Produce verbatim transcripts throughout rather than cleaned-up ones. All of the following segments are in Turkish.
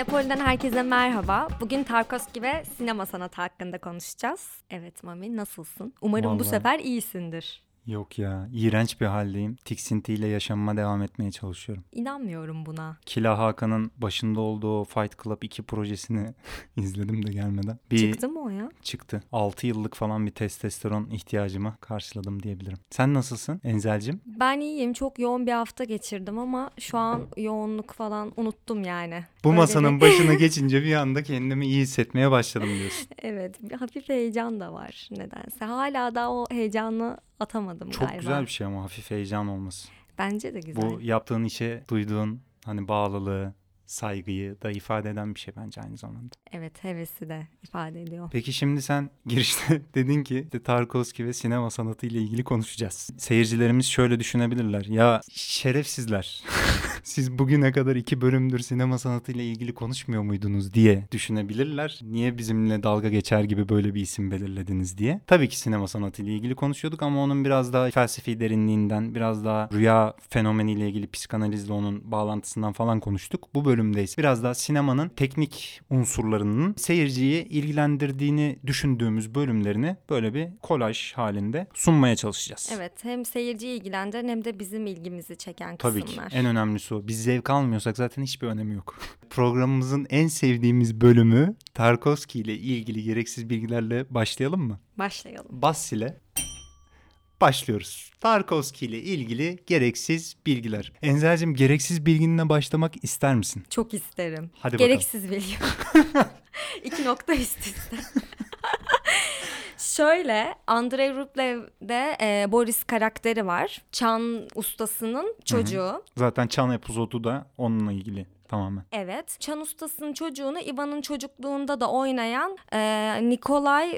Sinepoli'den herkese merhaba. Bugün Tarkovski ve sinema sanatı hakkında konuşacağız. Evet Mami, nasılsın? Umarım Vallahi bu sefer iyisindir. Yok ya, iğrenç bir haldeyim. Tiksintiyle yaşamama devam etmeye çalışıyorum. İnanmıyorum buna. Killa Hakan'ın başında olduğu Fight Club iki projesini izledim de gelmeden. Bir Çıktı mı o ya? Çıktı. altı yıllık falan bir testosteron ihtiyacımı karşıladım diyebilirim. Sen nasılsın Enzel'cim? Ben iyiyim. Çok yoğun bir hafta geçirdim ama şu an yoğunluk falan unuttum yani. Bu Böyle masanın bir- başına geçince bir anda kendimi iyi hissetmeye başladım diyorsun. Evet, bir hafif heyecan da var nedense. Hala da o heyecanı atamadım Çok galiba. güzel bir şey ama hafif heyecan olması. Bence de güzel. Bu yaptığın işe duyduğun hani bağlılığı, saygıyı da ifade eden bir şey bence aynı zamanda. Evet, hevesi de ifade ediyor. Peki şimdi sen girişte dedin ki işte Tarkovski ve sinema sanatı ile ilgili konuşacağız. Seyircilerimiz şöyle düşünebilirler. Ya şerefsizler. Siz bugüne kadar iki bölümdür sinema sanatı ile ilgili konuşmuyor muydunuz diye düşünebilirler. Niye bizimle dalga geçer gibi böyle bir isim belirlediniz diye. Tabii ki sinema sanatı ile ilgili konuşuyorduk ama onun biraz daha felsefi derinliğinden, biraz daha rüya fenomeniyle ilgili psikanalizle onun bağlantısından falan konuştuk. Bu bölümdeyiz. Biraz daha sinemanın teknik unsurlarının seyirciyi ilgilendirdiğini düşündüğümüz bölümlerini böyle bir kolaj halinde sunmaya çalışacağız. Evet, hem seyirciyi ilgilendiren hem de bizim ilgimizi çeken Tabii kısımlar. ki en önemlisi o. Biz zevk almıyorsak zaten hiçbir önemi yok. Programımızın en sevdiğimiz bölümü Tarkovski ile ilgili gereksiz bilgilerle başlayalım mı? Başlayalım. Bas ile başlıyoruz. Tarkovski ile ilgili gereksiz bilgiler. Enzel'cim, gereksiz bilginle başlamak ister misin? Çok isterim. Hadi Gereksiz bilgi. İki nokta üst üste. Şöyle, Andrei Rublev'de e, Boris karakteri var. Çan ustasının çocuğu. Hı hı. Zaten Çan epizodu da onunla ilgili tamamen. Evet. Çan ustasının çocuğunu Ivan'ın çocukluğunda da oynayan e, Nikolay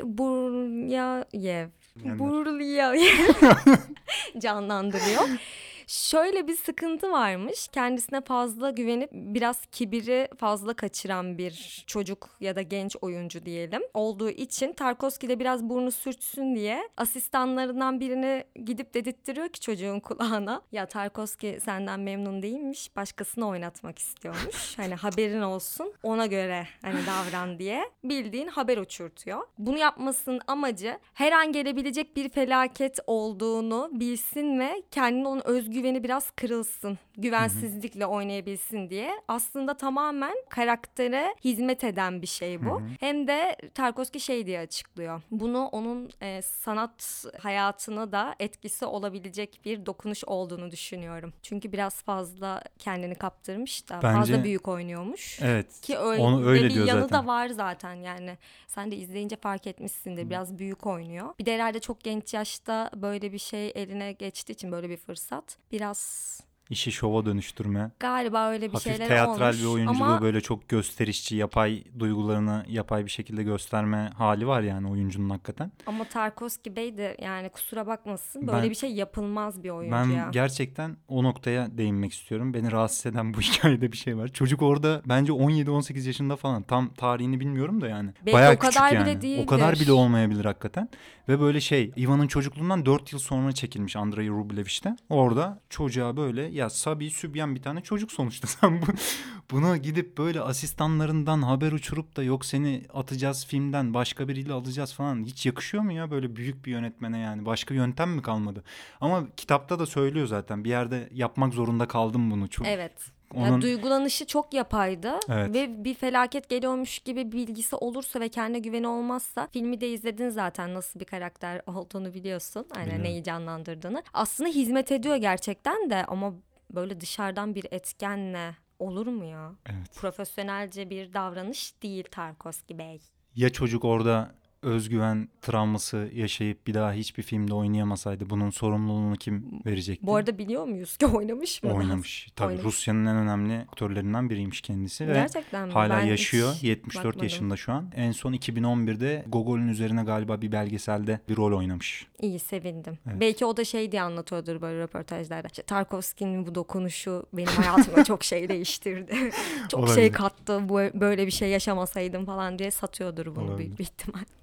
Buryayev. Yani- Buryayev canlandırıyor. Şöyle bir sıkıntı varmış. Kendisine fazla güvenip biraz kibiri fazla kaçıran bir çocuk ya da genç oyuncu diyelim. Olduğu için Tarkovski de biraz burnu sürtsün diye asistanlarından birini gidip dedirttiriyor ki çocuğun kulağına. Ya Tarkovski senden memnun değilmiş. Başkasını oynatmak istiyormuş. Hani haberin olsun, ona göre hani davran diye. Bildiğin haber uçurtuyor. Bunu yapmasının amacı her an gelebilecek bir felaket olduğunu bilsin ve kendine onun özgüveni biraz kırılsın. Güvensizlikle oynayabilsin diye. Aslında tamamen karaktere hizmet eden bir şey bu. Hı hı. Hem de Tarkovski şey diye açıklıyor. Bunu onun e, sanat hayatına da etkisi olabilecek bir dokunuş olduğunu düşünüyorum. Çünkü biraz fazla kendini kaptırmış da Bence- fazla büyük oynuyormuş. Evet. Ki öyle, Onu öyle bir diyor yanı zaten. da var zaten yani. Sen de izleyince fark etmişsindir. Biraz büyük oynuyor. Bir de herhalde çok genç yaşta böyle bir şey eline geçtiği için, böyle bir fırsat. Biraz İşi şova dönüştürme. galiba öyle bir Hafif şeyler teatral olmuş. bir oyunculuğu Ama böyle çok gösterişçi, yapay duygularını yapay bir şekilde gösterme hali var yani oyuncunun hakikaten. ama Tarkovski Bey de yani kusura bakmasın, Ben- böyle bir şey yapılmaz bir oyuncu Ben ya. gerçekten o noktaya değinmek istiyorum. Beni rahatsız eden bu hikayede bir şey var. Çocuk orada bence on yedi on sekiz yaşında falan. Tam tarihini bilmiyorum da yani. Belki Bayağı o kadar küçük bile yani. değildir. O kadar bile olmayabilir hakikaten. Ve böyle şey, Ivan'ın çocukluğundan dört yıl sonra çekilmiş Andrei Rublev işte. Orada çocuğa böyle ya Sabi Sübyan bir tane çocuk sonuçta. Sen bu, buna gidip böyle asistanlarından haber uçurup da yok seni atacağız filmden, başka biriyle alacağız falan. Hiç yakışıyor mu ya böyle büyük bir yönetmene yani? Başka yöntem mi kalmadı? Ama kitapta da söylüyor zaten. Bir yerde yapmak zorunda kaldım bunu. Çok, Evet. onun- Ya duygulanışı çok yapaydı. Evet. Ve bir felaket geliyormuş gibi bilgisi olursa ve kendine güveni olmazsa, filmi de izledin zaten, nasıl bir karakter olduğunu biliyorsun. Hani Biliyorum. neyi canlandırdığını. Aslında hizmet ediyor gerçekten de ama böyle dışarıdan bir etkenle olur mu ya? Evet. Profesyonelce bir davranış değil Tarkovski Bey. Ya çocuk orada özgüven travması yaşayıp bir daha hiçbir filmde oynayamasaydı bunun sorumluluğunu kim verecekti? Bu arada biliyor muyuz ki oynamış mı? Oynamış. Tabii Oynamış. Rusya'nın en önemli aktörlerinden biriymiş kendisi ve Gerçekten mi? hala Ben yaşıyor. hiç yetmiş dört bakmadım. yaşında şu an. En son iki bin on birde Gogol'ün üzerine galiba bir belgeselde bir rol oynamış. İyi, sevindim. Evet. Belki o da şey diye anlatıyordur böyle röportajlarda. İşte Tarkovski'nin bu dokunuşu benim hayatımda çok şey değiştirdi. Çok Olabilir. şey kattı. Bu, böyle bir şey yaşamasaydım falan diye satıyordur bunu Olabilir. büyük bir ihtimal.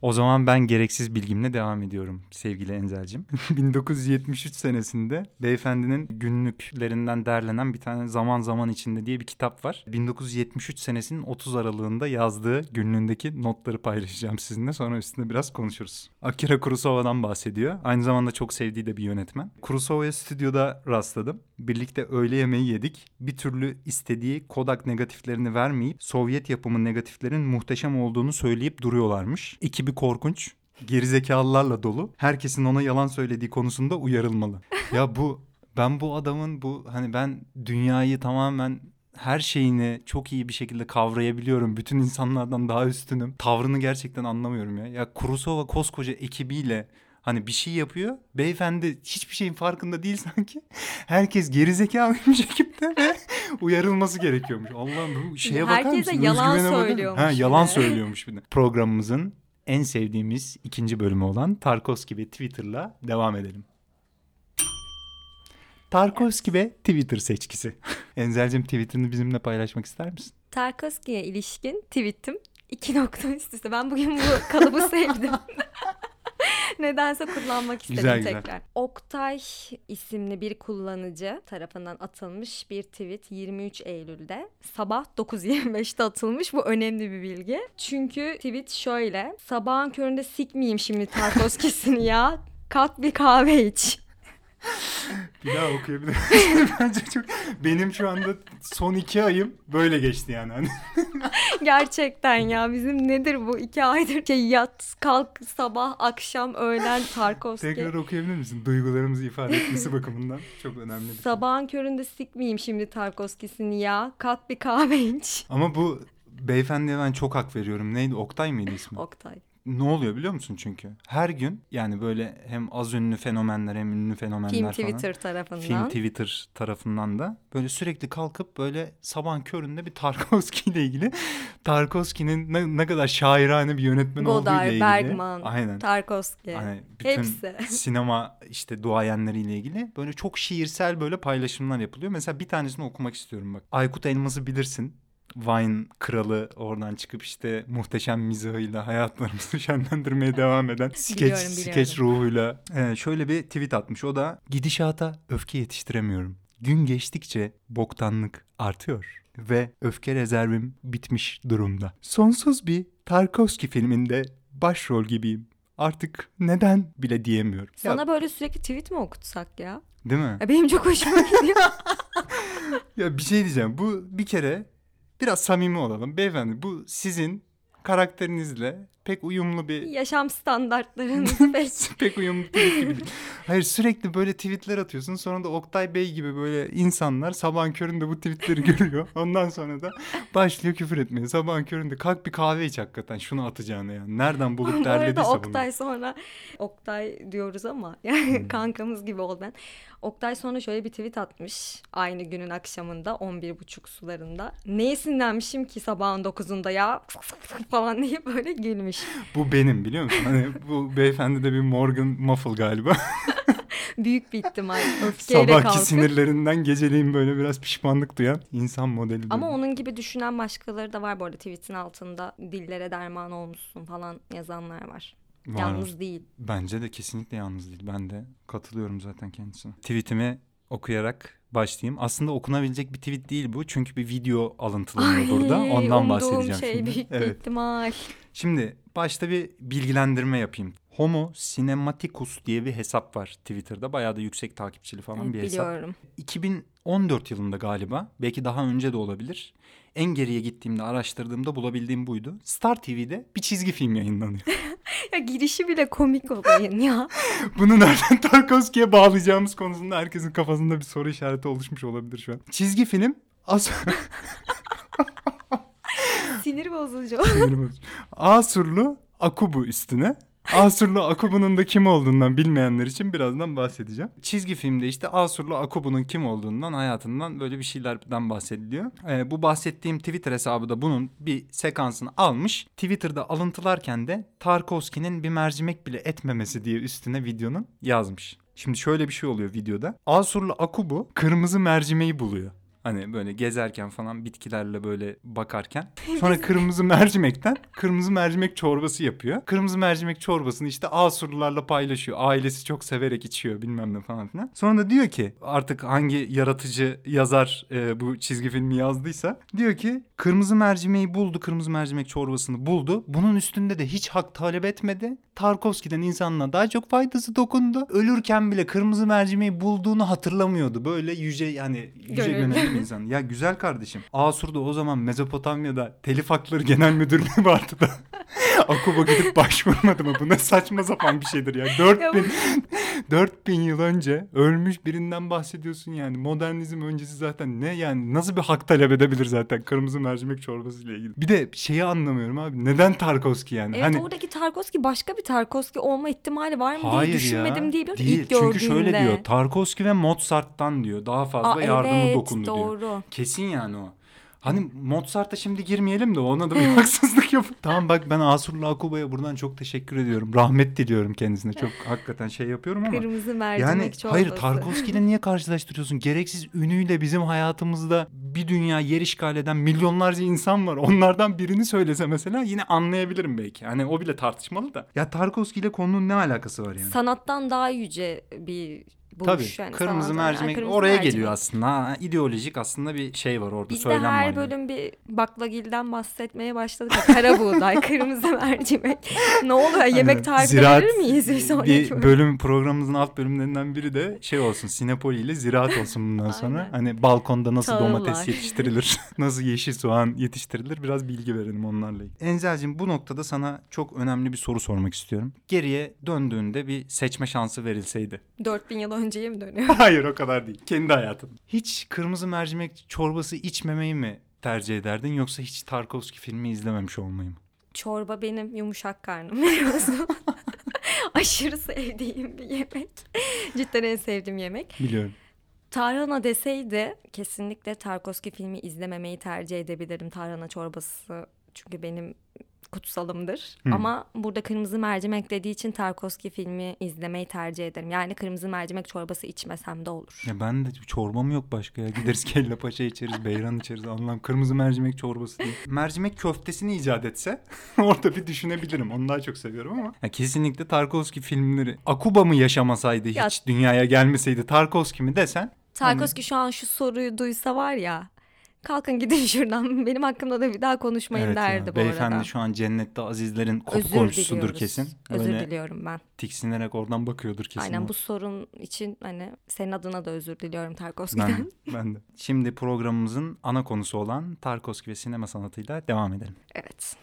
O zaman ben gereksiz bilgimle devam ediyorum sevgili Enzel'cim. bin dokuz yüz yetmiş üç senesinde beyefendinin günlüklerinden derlenen bir tane Zaman Zaman içinde diye bir kitap var. bin dokuz yüz yetmiş üç senesinin otuz Aralığında yazdığı günlüğündeki notları paylaşacağım sizinle. Sonra üstünde biraz konuşuruz. Akira Kurosawa'dan bahsediyor. Aynı zamanda çok sevdiği de bir yönetmen. Kurosawa'ya stüdyoda rastladım. Birlikte öğle yemeği yedik. Bir türlü istediği Kodak negatiflerini vermeyip Sovyet yapımı negatiflerin muhteşem olduğunu söyleyip duruyorlarmış. Ekibi korkunç, gerizekalılarla dolu. Herkesin ona yalan söylediği konusunda uyarılmalı. Ya bu ben bu adamın bu hani ben dünyayı tamamen her şeyini çok iyi bir şekilde kavrayabiliyorum. Bütün insanlardan daha üstünüm. Tavrını gerçekten anlamıyorum ya. Ya Kurosawa koskoca ekibiyle hani bir şey yapıyor. Beyefendi hiçbir şeyin farkında değil sanki. Herkes gerizekalıymış ekipte ve uyarılması gerekiyormuş. Allah'ım bu şeye bakar mısın? Herkese yalan söylüyormuş. Ha, yalan bir de. söylüyormuş bir de. Programımızın en sevdiğimiz ikinci bölümü olan Tarkovski ve Twitter'la devam edelim. Tarkovski ve Twitter seçkisi. Enzel'cim Twitter'ını bizimle paylaşmak ister misin? Tarkovski'ye ilişkin tweetim iki nokta üst üste. Ben bugün bu kalıbı sevdim. Nedense kullanmak istedim Güzel, tekrar. güzel. Oktay isimli bir kullanıcı tarafından atılmış bir tweet yirmi üç Eylül'de sabah dokuz yirmi beşte atılmış. Bu önemli bir bilgi. Çünkü tweet şöyle: sabahın köründe sikmeyeyim şimdi Tarkovski'sini ya. Kalk bir kahve iç. Bir daha okuyabilir miyim? Bence çok... Benim şu anda son iki ayım böyle geçti yani. Hani... Gerçekten ya bizim nedir bu iki aydır şey yat kalk sabah akşam öğlen Tarkovski. Tekrar okuyabilir misin? Duygularımızı ifade etmesi bakımından çok önemli bir şey. Sabahın köründe sikmeyeyim şimdi Tarkovski'sini ya. Kalk bir kahve iç. Ama bu beyefendiye ben çok hak veriyorum. Neydi? Oktay mıydı ismi? Oktay. Ne oluyor biliyor musun çünkü? Her gün yani böyle hem az ünlü fenomenler hem ünlü fenomenler Film falan. Twitter tarafından. Film Twitter tarafından da böyle sürekli kalkıp böyle sabahın köründe bir Tarkovski ile ilgili Tarkovski'nin ne, ne kadar şairane bir yönetmen olduğu ile Godard, ilgili. Bergman, Aynen. Tarkovski. Hani bütün Hepsi. sinema işte duayenleriyle ilgili böyle çok şiirsel böyle paylaşımlar yapılıyor. Mesela bir tanesini okumak istiyorum bak. Aykut Elmas'ı bilirsin. Vine kralı, oradan çıkıp işte muhteşem mizahıyla hayatlarımızı şenlendirmeye devam eden skeç, Biliyorum, skeç ruhuyla ee, şöyle bir tweet atmış. O da gidişata öfke yetiştiremiyorum. Gün geçtikçe boktanlık artıyor ve öfke rezervim bitmiş durumda. Sonsuz bir Tarkovski filminde başrol gibiyim. Artık neden bile diyemiyorum. Sana Ya, böyle sürekli tweet mi okutsak ya? değil mi? ya benim çok hoşuma gidiyor. Ya bir şey diyeceğim. Bu bir kere biraz samimi olalım. Beyefendi bu sizin karakterinizle pek uyumlu bir... Yaşam standartlarınızı pek... pek uyumlu tweet gibi değil. Hayır sürekli böyle tweetler atıyorsun. Sonra da Oktay Bey gibi böyle insanlar sabahın köründe bu tweetleri görüyor. Ondan sonra da başlıyor küfür etmeye. Sabahın köründe kalk bir kahve iç hakikaten şunu atacağını yani. Nereden bulup Bu derlediyse arada bunu. Oktay sonra Oktay diyoruz ama yani hmm. kankamız gibi oldu ben. Oktay sonra şöyle bir tweet atmış aynı günün akşamında on bir buçuk sularında. Neye sinirlenmişim ki sabahın dokuzunda ya falan diye böyle gülmüş. Bu benim biliyor musun? Hani bu beyefendi de bir Morgan Muffle galiba. Büyük bir ihtimal öfkeyle kalkıp. Sabahki sinirlerinden geceleyin böyle biraz pişmanlık duyan insan modeli. Ama böyle. Onun gibi düşünen başkaları da var bu arada. Tweet'in altında dillere derman olmuşsun falan yazanlar var. Var. Yalnız değil. Bence de kesinlikle yalnız değil. Ben de katılıyorum zaten kendisine. Tweetimi okuyarak başlayayım. Aslında okunabilecek bir tweet değil bu. Çünkü bir video alıntılanıyor Ay, burada. Ondan bahsedeceğim şey, şimdi. Büyük evet. ihtimal. Şimdi başta bir bilgilendirme yapayım. Homo Cinematicus diye bir hesap var Twitter'da. Bayağı da yüksek takipçili falan evet, bir biliyorum. hesap. iki bin on dört yılında galiba. Belki daha önce de olabilir. En geriye gittiğimde araştırdığımda bulabildiğim buydu. Star T V'de bir çizgi film yayınlanıyor. Ya girişi bile komik olayın ya. Bunu nereden Tarkovski'ye bağlayacağımız konusunda herkesin kafasında bir soru işareti oluşmuş olabilir şu an. Çizgi film as... Sinir bozucu. Sinir bozucu. Asurlu Akubu üstüne. Asurlu Akubu'nun da kim olduğundan bilmeyenler için birazdan bahsedeceğim. Çizgi filmde işte Asurlu Akubu'nun kim olduğundan, hayatından böyle bir şeylerden bahsediliyor. Ee, bu bahsettiğim Twitter hesabı da bunun bir sekansını almış. Twitter'da alıntılarken de Tarkovski'nin bir mercimek bile etmemesi diye üstüne videonun yazmış. Şimdi şöyle bir şey oluyor videoda. Asurlu Akubu kırmızı mercimeği buluyor. Hani böyle gezerken falan bitkilerle böyle bakarken. Sonra kırmızı mercimekten kırmızı mercimek çorbası yapıyor. Kırmızı mercimek çorbasını işte Asurlularla paylaşıyor. Ailesi çok severek içiyor bilmem ne falan filan. Sonra da diyor ki artık hangi yaratıcı yazar e, bu çizgi filmi yazdıysa diyor ki kırmızı mercimeği buldu. Kırmızı mercimek çorbasını buldu. Bunun üstünde de hiç hak talep etmedi. Tarkovski'den insanlığa daha çok faydası dokundu. Ölürken bile kırmızı mercimeği bulduğunu hatırlamıyordu. Böyle yüce yani yüce Gönüllü. gönüllü bir insan. Ya güzel kardeşim. Asur'da o zaman Mezopotamya'da Telif Hakları Genel Müdürlüğü vardı da. Akuba gidip başvurmadı mı? Bu ne saçma sapan bir şeydir ya. dört bin dört bin yıl önce ölmüş birinden bahsediyorsun yani. Modernizm öncesi zaten ne yani? Nasıl bir hak talep edebilir zaten kırmızı mercimek çorbası ile ilgili? Bir de şeyi anlamıyorum abi. Neden Tarkovski yani? Evet, hani oradaki Tarkovski başka bir Tarkovski olma ihtimali var mı hayır diye düşünmedim ya, değil mi? değil. İlk Çünkü gördüğümde. şöyle diyor. Tarkovski ve Mozart'tan diyor. Daha fazla Aa, yardımı evet, dokundu doğru. diyor. Kesin yani o. Hani Mozart'a şimdi girmeyelim de ona da bir haksızlık yap. Tamam bak ben Asurlu Akuba'ya buradan çok teşekkür ediyorum. Rahmet diliyorum kendisine. Çok hakikaten şey yapıyorum ama. Kırmızı mercimek Yani çorbası. hayır Tarkovski ile niye karşılaştırıyorsun? Gereksiz ünüyle bizim hayatımızda bir dünya yer işgal eden milyonlarca insan var. Onlardan birini söylese mesela yine anlayabilirim belki. Hani o bile tartışmalı da. Ya Tarkovski ile konunun ne alakası var yani? Sanattan daha yüce bir buluş. Tabii Yani kırmızı sanat- mercimek kırmızı oraya mercimek. geliyor aslında. Ha, ideolojik aslında bir şey var orada, Biz de söylem var. her yani. bölüm bir baklagilden bahsetmeye başladık. Kara buğday, kırmızı mercimek. Ne oluyor? Yemek tarifi de Ziraat- verir miyiz? Bir sonraki Bir bölüm? bölüm programımızın alt bölümlerinden biri de şey olsun, Sinepoli ile ziraat olsun bundan sonra. Aynen. Hani balkonda nasıl Tahıllar. domates yetiştirilir, nasıl yeşil soğan yetiştirilir, biraz bilgi verelim onlarla ilgili. Enzel'cim bu noktada sana çok önemli bir soru sormak istiyorum. Geriye döndüğünde bir seçme şansı verilseydi. dört bin yıl önceye mi dönüyor? Hayır o kadar değil. Kendi hayatın. Hiç kırmızı mercimek çorbası içmemeyi mi tercih ederdin yoksa hiç Tarkovski filmi izlememiş olmayı mı? Çorba benim yumuşak karnım biliyorsun. Aşırı sevdiğim bir yemek. Cidden en sevdiğim yemek. Biliyorum. Tarhana deseydi kesinlikle Tarkovski filmi izlememeyi tercih edebilirim. Tarhana çorbası çünkü benim kutsalımdır. Hmm. Ama burada kırmızı mercimek dediği için Tarkovski filmi izlemeyi tercih ederim. Yani kırmızı mercimek çorbası içmesem de olur. Ya ben de çorbam yok başka ya. Gideriz kelle paça içeriz, beyran içeriz. Allah'ım kırmızı mercimek çorbası değil. Mercimek köftesini icat etse orada bir düşünebilirim. Onu daha çok seviyorum ama. Ya kesinlikle Tarkovski filmleri. Akuba mı yaşamasaydı hiç Ya- dünyaya gelmeseydi Tarkovski mi desen. Tarkovski şu an şu soruyu duysa var ya, kalkın gidin şuradan, benim hakkımda da bir daha konuşmayın Evet derdi ya, bu beyefendi arada. şu an cennette azizlerin koku Özür komşusudur diliyoruz. kesin. Özür Böyle diliyorum ben. tiksinerek oradan bakıyordur kesin. Aynen o. bu sorun için hani senin adına da özür diliyorum Ben, Tarkovski'den. ben de. Şimdi programımızın ana konusu olan Tarkovski ve sinema sanatıyla devam edelim. Evet.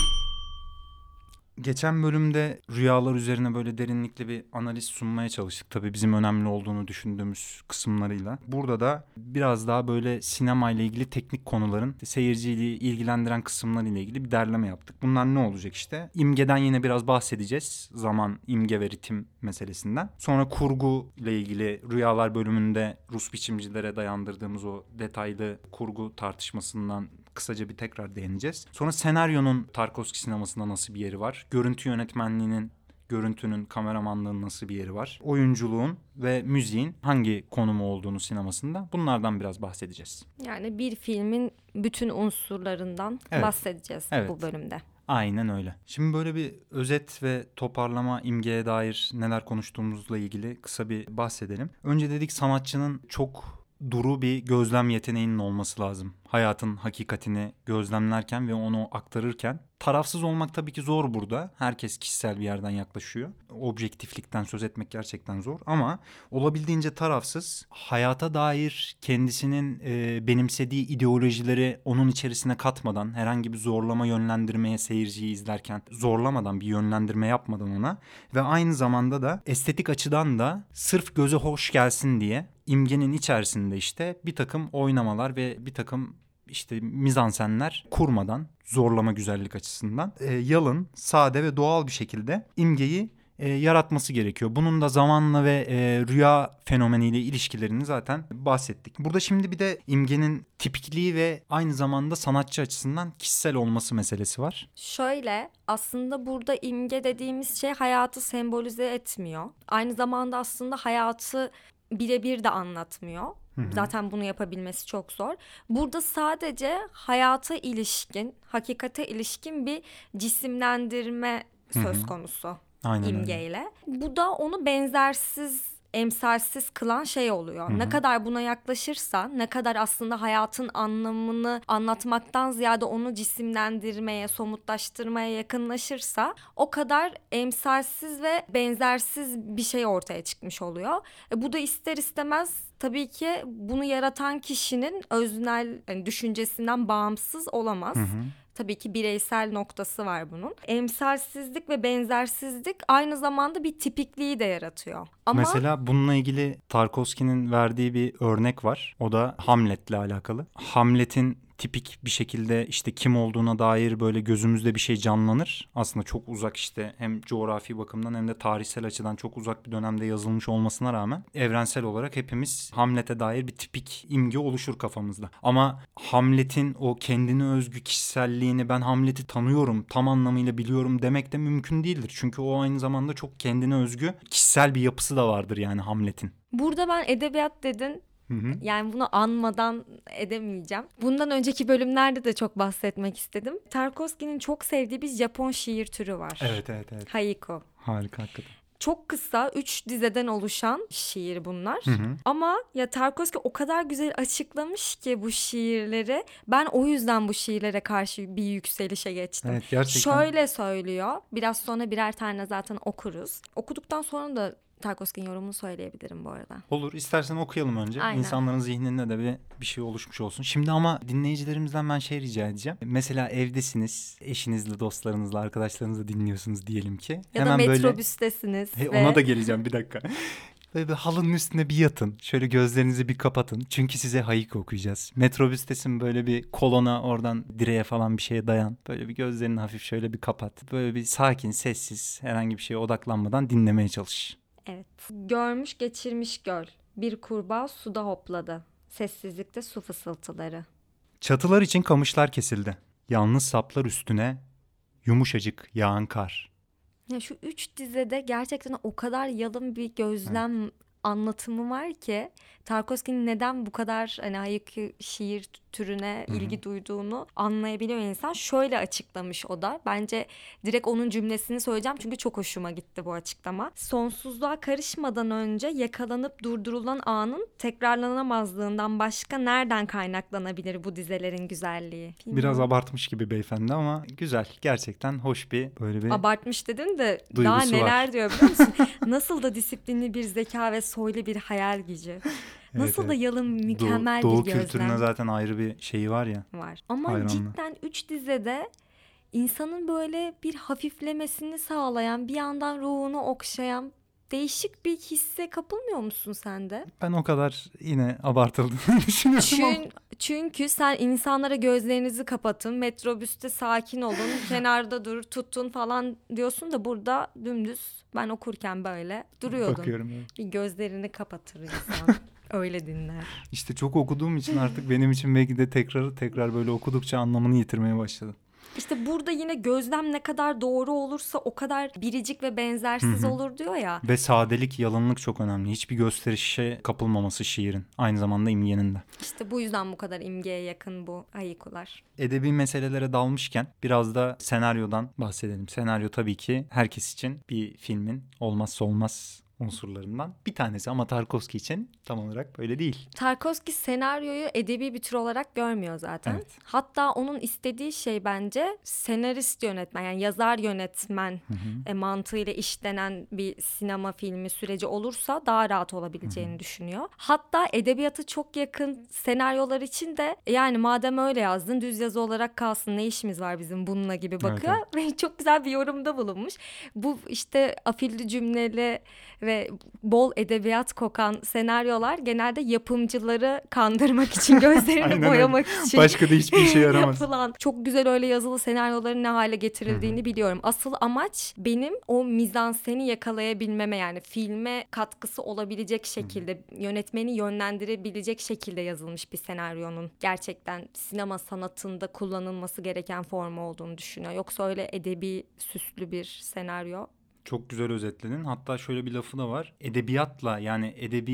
Geçen bölümde rüyalar üzerine böyle derinlikli bir analiz sunmaya çalıştık. Tabii bizim önemli olduğunu düşündüğümüz kısımlarıyla. Burada da biraz daha böyle sinema ile ilgili teknik konuların seyirciyi ilgilendiren kısımlarıyla ilgili bir derleme yaptık. Bunlar ne olacak işte? İmgeden yine biraz bahsedeceğiz. Zaman, imge ve ritim meselesinden. Sonra kurgu ile ilgili rüyalar bölümünde Rus biçimcilere dayandırdığımız o detaylı kurgu tartışmasından kısaca bir tekrar değineceğiz. Sonra senaryonun Tarkovski sinemasında nasıl bir yeri var? Görüntü yönetmenliğinin, görüntünün, kameramanlığın nasıl bir yeri var? Oyunculuğun ve müziğin hangi konumu olduğunu sinemasında bunlardan biraz bahsedeceğiz. Yani bir filmin bütün unsurlarından Evet. bahsedeceğiz Evet. bu bölümde. Aynen öyle. Şimdi böyle bir özet ve toparlama, imgeye dair neler konuştuğumuzla ilgili kısa bir bahsedelim. Önce dedik sanatçının çok duru bir gözlem yeteneğinin olması lazım. Hayatın hakikatini gözlemlerken ve onu aktarırken. Tarafsız olmak tabii ki zor burada. Herkes kişisel bir yerden yaklaşıyor. Objektiflikten söz etmek gerçekten zor ama olabildiğince tarafsız, hayata dair kendisinin e, benimsediği ideolojileri onun içerisine katmadan, herhangi bir zorlama yönlendirmeye seyirciyi izlerken zorlamadan, bir yönlendirme yapmadan ona ve aynı zamanda da estetik açıdan da sırf göze hoş gelsin diye imgenin içerisinde işte bir takım oynamalar ve bir takım işte mizansenler kurmadan zorlama güzellik açısından e, yalın, sade ve doğal bir şekilde imgeyi e, yaratması gerekiyor. Bunun da zamanla ve e, rüya fenomeniyle ilişkilerini zaten bahsettik. Burada şimdi bir de imgenin tipikliği ve aynı zamanda sanatçı açısından kişisel olması meselesi var. Şöyle, aslında burada imge dediğimiz şey hayatı sembolize etmiyor. Aynı zamanda aslında hayatı birebir de anlatmıyor. Hı hı. Zaten bunu yapabilmesi çok zor. Burada sadece hayata ilişkin, hakikate ilişkin bir cisimlendirme Hı hı. söz konusu Aynen öyle. imgeyle. Bu da onu benzersiz, emsalsiz kılan şey oluyor. Hı hı. Ne kadar buna yaklaşırsa, ne kadar aslında hayatın anlamını anlatmaktan ziyade onu cisimlendirmeye, somutlaştırmaya yakınlaşırsa o kadar emsalsiz ve benzersiz bir şey ortaya çıkmış oluyor. E, bu da ister istemez tabii ki bunu yaratan kişinin öznel yani düşüncesinden bağımsız olamaz. Hı hı. Tabii ki bireysel noktası var bunun. Emsalsizlik ve benzersizlik aynı zamanda bir tipikliği de yaratıyor. Ama Mesela bununla ilgili Tarkovski'nin verdiği bir örnek var. O da Hamlet'le alakalı. Hamlet'in tipik bir şekilde işte kim olduğuna dair böyle gözümüzde bir şey canlanır. Aslında çok uzak işte hem coğrafi bakımdan hem de tarihsel açıdan çok uzak bir dönemde yazılmış olmasına rağmen evrensel olarak hepimiz Hamlet'e dair bir tipik imge oluşur kafamızda. Ama Hamlet'in o kendine özgü kişiselliğini ben Hamlet'i tanıyorum, tam anlamıyla biliyorum demek de mümkün değildir. Çünkü o aynı zamanda çok kendine özgü kişisel bir yapısı da vardır yani Hamlet'in. burada ben edebiyat dedin. Hı hı. Yani bunu anmadan edemeyeceğim. Bundan önceki bölümlerde de çok bahsetmek istedim. Tarkovski'nin çok sevdiği bir Japon şiir türü var. Evet evet evet. Haiku. Harika hakikaten. Çok kısa, üç dizeden oluşan şiir bunlar. Hı hı. Ama ya Tarkovski o kadar güzel açıklamış ki bu şiirleri. Ben o yüzden bu şiirlere karşı bir yükselişe geçtim. Evet gerçekten. Şöyle söylüyor. Biraz sonra birer tane zaten okuruz. Okuduktan sonra da Tarkovski'nin yorumunu söyleyebilirim bu arada. Olur, istersen okuyalım önce. Aynen. İnsanların zihninde de bir, bir şey oluşmuş olsun. Şimdi ama dinleyicilerimizden ben şey rica edeceğim. Mesela evdesiniz, eşinizle, dostlarınızla, arkadaşlarınızla dinliyorsunuz diyelim ki. Ya Hemen da böyle metrobüstesiniz. He, ve... ona da geleceğim bir dakika. Böyle bir halının üstüne bir yatın. Şöyle gözlerinizi bir kapatın. Çünkü size haiku okuyacağız. Metrobüstesin, böyle bir kolona, oradan direğe falan bir şeye dayan. Böyle bir gözlerini hafif şöyle bir kapat. Böyle bir sakin, sessiz, herhangi bir şeye odaklanmadan dinlemeye çalış. Evet. Görmüş geçirmiş göl. Bir kurbağa suda hopladı. Sessizlikte su fısıltıları. Çatılar için kamışlar kesildi. Yalnız saplar üstüne yumuşacık yağan kar. Ya şu üç dizede gerçekten o kadar yalın bir gözlem evet. anlatımı var ki Tarkovski'nin neden bu kadar hani haiku şiir türüne Hı-hı. ilgi duyduğunu anlayabiliyor insan. Şöyle açıklamış o da. Bence direkt onun cümlesini söyleyeceğim çünkü çok hoşuma gitti bu açıklama. Sonsuzluğa karışmadan önce yakalanıp durdurulan anın tekrarlanamazlığından başka nereden kaynaklanabilir bu dizelerin güzelliği? Bilmiyorum. Biraz abartmış gibi beyefendi ama güzel. Gerçekten hoş bir böyle bir abartmış dedin de duygusu daha neler var. diyor biliyor musun? Nasıl da disiplinli bir zeka ve soylu bir hayal gücü. Nasıl evet, da evet. yalın mükemmel Doğu, bir Doğu gözlem. Doğu kültürüne zaten ayrı bir şeyi var ya. Var. Ama hayranlı. cidden üç dizede insanın böyle bir hafiflemesini sağlayan, bir yandan ruhunu okşayan değişik bir hisse kapılmıyor musun sen de? Ben o kadar yine abartıldığını düşünüyorum. Çünkü, çünkü sen insanlara gözlerinizi kapatın, metrobüste sakin olun, kenarda dur, tutun falan diyorsun da burada dümdüz ben okurken böyle duruyordun. Bakıyorum evet. Bir gözlerini kapatır insan. Öyle dinler. İşte çok okuduğum için artık benim için belki de tekrar tekrar böyle okudukça anlamını yitirmeye başladım. İşte burada yine gözlem ne kadar doğru olursa o kadar biricik ve benzersiz Hı hı. olur diyor ya. Ve sadelik, yalınlık çok önemli. Hiçbir gösterişe kapılmaması şiirin. Aynı zamanda imgenin de. İşte bu yüzden bu kadar imgeye yakın bu haikular. Edebi meselelere dalmışken biraz da senaryodan bahsedelim. Senaryo tabii ki herkes için bir filmin olmazsa olmaz unsurlarından bir tanesi ama Tarkovski için tam olarak böyle değil. Tarkovski senaryoyu edebi bir tür olarak görmüyor zaten. Evet. Hatta onun istediği şey bence senarist yönetmen yani yazar yönetmen Hı hı. e, mantığıyla işlenen bir sinema filmi süreci olursa daha rahat olabileceğini hı hı. düşünüyor. Hatta edebiyatı çok yakın senaryolar için de yani madem öyle yazdın düz yazı olarak kalsın ne işimiz var bizim bununla gibi bakıyor. Evet, evet. Ve çok güzel bir yorumda bulunmuş. Bu işte afilli cümleli ve bol edebiyat kokan senaryolar genelde yapımcıları kandırmak için gözlerini boyamak için başka da hiçbir işe yaramaz. yapılan çok güzel öyle yazılı senaryoların ne hale getirildiğini Hı-hı. biliyorum. Asıl amaç benim o mizanseni yakalayabilmeme yani filme katkısı olabilecek şekilde Hı-hı. yönetmeni yönlendirebilecek şekilde yazılmış bir senaryonun gerçekten sinema sanatında kullanılması gereken formu olduğunu düşünüyor. Yoksa öyle edebi süslü bir senaryo. Çok güzel özetledin. Hatta şöyle bir lafı da var. Edebiyatla yani edebi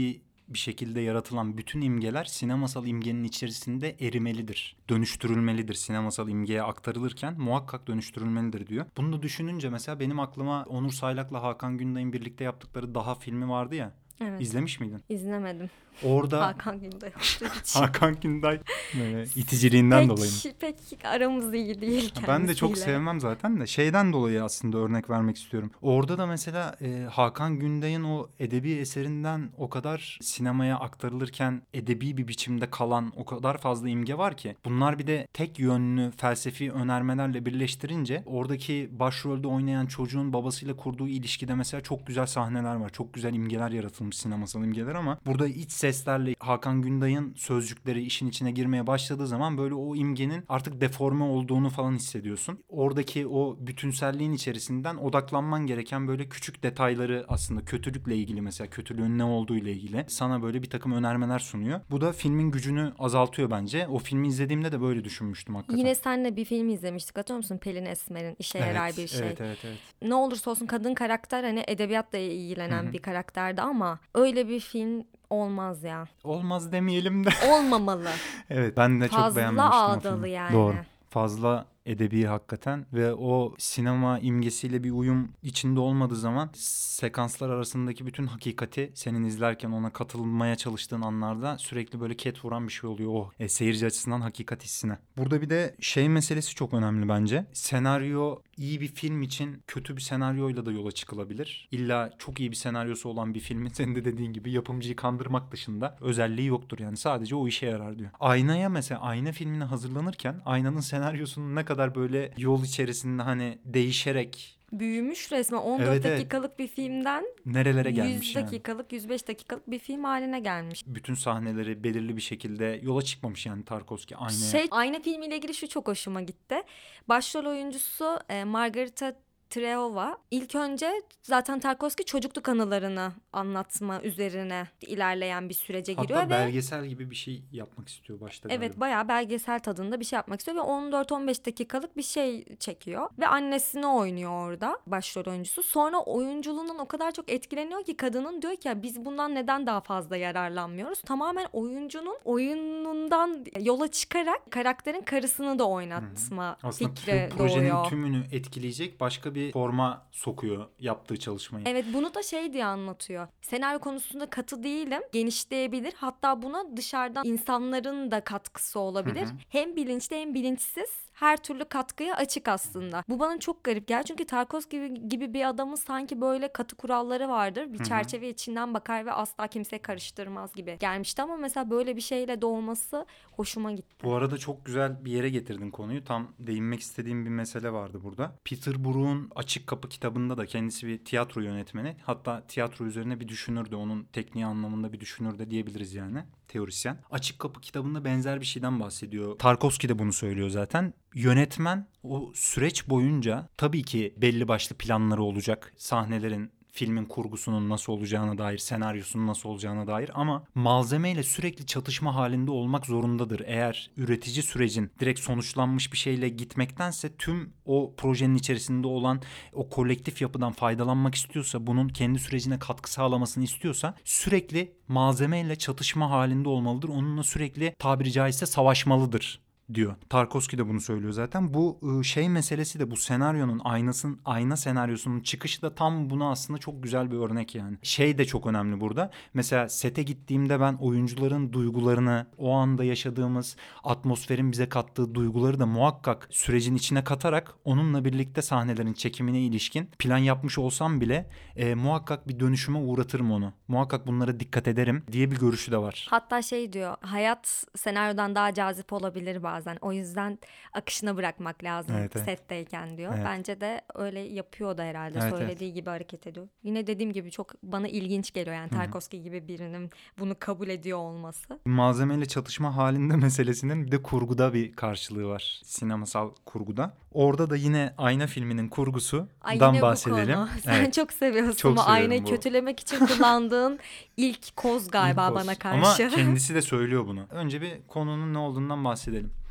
bir şekilde yaratılan bütün imgeler sinemasal imgenin içerisinde erimelidir. Dönüştürülmelidir. Sinemasal imgeye aktarılırken muhakkak dönüştürülmelidir diyor. Bunu da düşününce mesela benim aklıma Onur Saylak'la Hakan Günday'ın birlikte yaptıktıkları Daha filmi vardı ya. Evet. İzlemiş miydin? İzlemedim. Orada Hakan Günday olduğu için. Hakan Günday böyle iticiliğinden pek, dolayı. Pek aramız iyi değil kendisiyle. Ben de çok sevmem zaten de şeyden dolayı aslında örnek vermek istiyorum. Orada da mesela e, Hakan Günday'ın o edebi eserinden o kadar sinemaya aktarılırken edebi bir biçimde kalan o kadar fazla imge var ki. Bunlar bir de tek yönlü felsefi önermelerle birleştirince oradaki başrolde oynayan çocuğun babasıyla kurduğu ilişkide mesela çok güzel sahneler var. Çok güzel imgeler yaratılmış, sinemasal imgeler, ama burada iç seslerle Hakan Günday'ın sözcükleri işin içine girmeye başladığı zaman böyle o imgenin artık deforme olduğunu falan hissediyorsun. Oradaki o bütünselliğin içerisinden odaklanman gereken böyle küçük detayları, aslında kötülükle ilgili, mesela kötülüğün ne olduğu ile ilgili sana böyle bir takım önermeler sunuyor. Bu da filmin gücünü azaltıyor bence. O filmi izlediğimde de böyle düşünmüştüm hakikaten. Yine seninle bir film izlemiştik, hatırlıyor musun? Pelin Esmer'in İşe evet, Yarar Bir Şey. Evet, evet, evet. Ne olursa olsun kadın karakter hani edebiyatla ilgilenen Hı-hı. bir karakterdi ama öyle bir film olmaz ya. Olmaz demeyelim de. Olmamalı. Evet, ben de Fazla çok beğenmemiştim o filmi. Fazla ağdalı yani. Doğru. Fazla edebi hakikaten ve o sinema imgesiyle bir uyum içinde olmadığı zaman sekanslar arasındaki bütün hakikati senin izlerken ona katılmaya çalıştığın anlarda sürekli böyle ket vuran bir şey oluyor o e, seyirci açısından hakikat hissine. Burada bir de şey meselesi çok önemli bence. Senaryo, iyi bir film için kötü bir senaryoyla da yola çıkılabilir. İlla çok iyi bir senaryosu olan bir filmin senin de dediğin gibi yapımcıyı kandırmak dışında özelliği yoktur. Yani sadece o işe yarar diyor. Aynaya mesela, Ayna filmine hazırlanırken Aynanın senaryosunun ne kadar böyle yol içerisinde hani değişerek büyümüş resmen on dört evet, dakikalık evet. bir filmden nerelere gelmiş yüz dakikalık yani. yüz beş dakikalık bir film haline gelmiş. Bütün sahneleri belirli bir şekilde yola çıkmamış yani Tarkovski Aynaya. Şey, Ayna filmiyle ilgili şu çok hoşuma gitti. Başrol oyuncusu e, Margarita Treova. İlk önce zaten Tarkovski çocukluk anılarını anlatma üzerine ilerleyen bir sürece giriyor. Hatta ve belgesel gibi bir şey yapmak istiyor başta galiba. Evet, bayağı belgesel tadında bir şey yapmak istiyor ve on dört on beş dakikalık bir şey çekiyor. Ve annesini oynuyor orada başrol oyuncusu. Sonra oyunculuğundan o kadar çok etkileniyor ki kadının, diyor ki ya biz bundan neden daha fazla yararlanmıyoruz? Tamamen oyuncunun oyunundan yola çıkarak karakterin karısını da oynatma Hı-hı. fikri Aslında projenin doğuyor. tümünü etkileyecek başka bir forma sokuyor yaptığı çalışmayı. Evet, bunu da şey diye anlatıyor. Senaryo konusunda katı değilim. Genişleyebilir. Hatta buna dışarıdan insanların da katkısı olabilir. Hı hı. Hem bilinçli hem bilinçsiz her türlü katkıya açık aslında. Bu bana çok garip geldi. Çünkü Tarkovski gibi, gibi bir adamın sanki böyle katı kuralları vardır. Bir Hı-hı. çerçeve içinden bakar ve asla kimseye karıştırmaz gibi gelmişti. Ama mesela böyle bir şeyle doğması hoşuma gitti. Bu arada çok güzel bir yere getirdin konuyu. Tam değinmek istediğim bir mesele vardı burada. Peter Brook'un Açık Kapı kitabında da, kendisi bir tiyatro yönetmeni. Hatta tiyatro üzerine bir düşünür de, onun tekniği anlamında bir düşünür de diyebiliriz yani. Teorisyen. Açık Kapı kitabında benzer bir şeyden bahsediyor. Tarkovski de bunu söylüyor zaten. Yönetmen o süreç boyunca tabii ki belli başlı planları olacak. Sahnelerin, filmin kurgusunun nasıl olacağına dair, senaryosunun nasıl olacağına dair, ama malzemeyle sürekli çatışma halinde olmak zorundadır. Eğer üretici sürecin direkt sonuçlanmış bir şeyle gitmektense tüm o projenin içerisinde olan o kolektif yapıdan faydalanmak istiyorsa, bunun kendi sürecine katkı sağlamasını istiyorsa sürekli malzemeyle çatışma halinde olmalıdır. Onunla sürekli tabiri caizse savaşmalıdır diyor. Tarkovski de bunu söylüyor zaten. Bu şey meselesi de, bu senaryonun, aynasının ayna senaryosunun çıkışı da tam buna aslında çok güzel bir örnek yani. Şey de çok önemli burada. Mesela sete gittiğimde ben oyuncuların duygularını, o anda yaşadığımız atmosferin bize kattığı duyguları da muhakkak sürecin içine katarak onunla birlikte sahnelerin çekimine ilişkin plan yapmış olsam bile e, muhakkak bir dönüşüme uğratırım onu. Muhakkak bunlara dikkat ederim diye bir görüşü de var. Hatta şey diyor, hayat senaryodan daha cazip olabilir bazen. O yüzden akışına bırakmak lazım evet, evet. setteyken diyor. Evet. Bence de öyle yapıyor da herhalde. Evet, söylediği evet. gibi hareket ediyor. Yine dediğim gibi çok bana ilginç geliyor yani Tarkovski gibi birinin bunu kabul ediyor olması. Malzemeyle çatışma halinde meselesinin bir de kurguda bir karşılığı var. Sinemasal kurguda. Orada da yine Ayna filminin kurgusundan bahsedelim. Konu. Sen evet. çok seviyorsun çok bu aynayı bu. kötülemek için kullandığın ilk koz galiba ilk koz. Bana karşı. Ama kendisi de söylüyor bunu. Önce bir konunun ne olduğundan bahsedelim.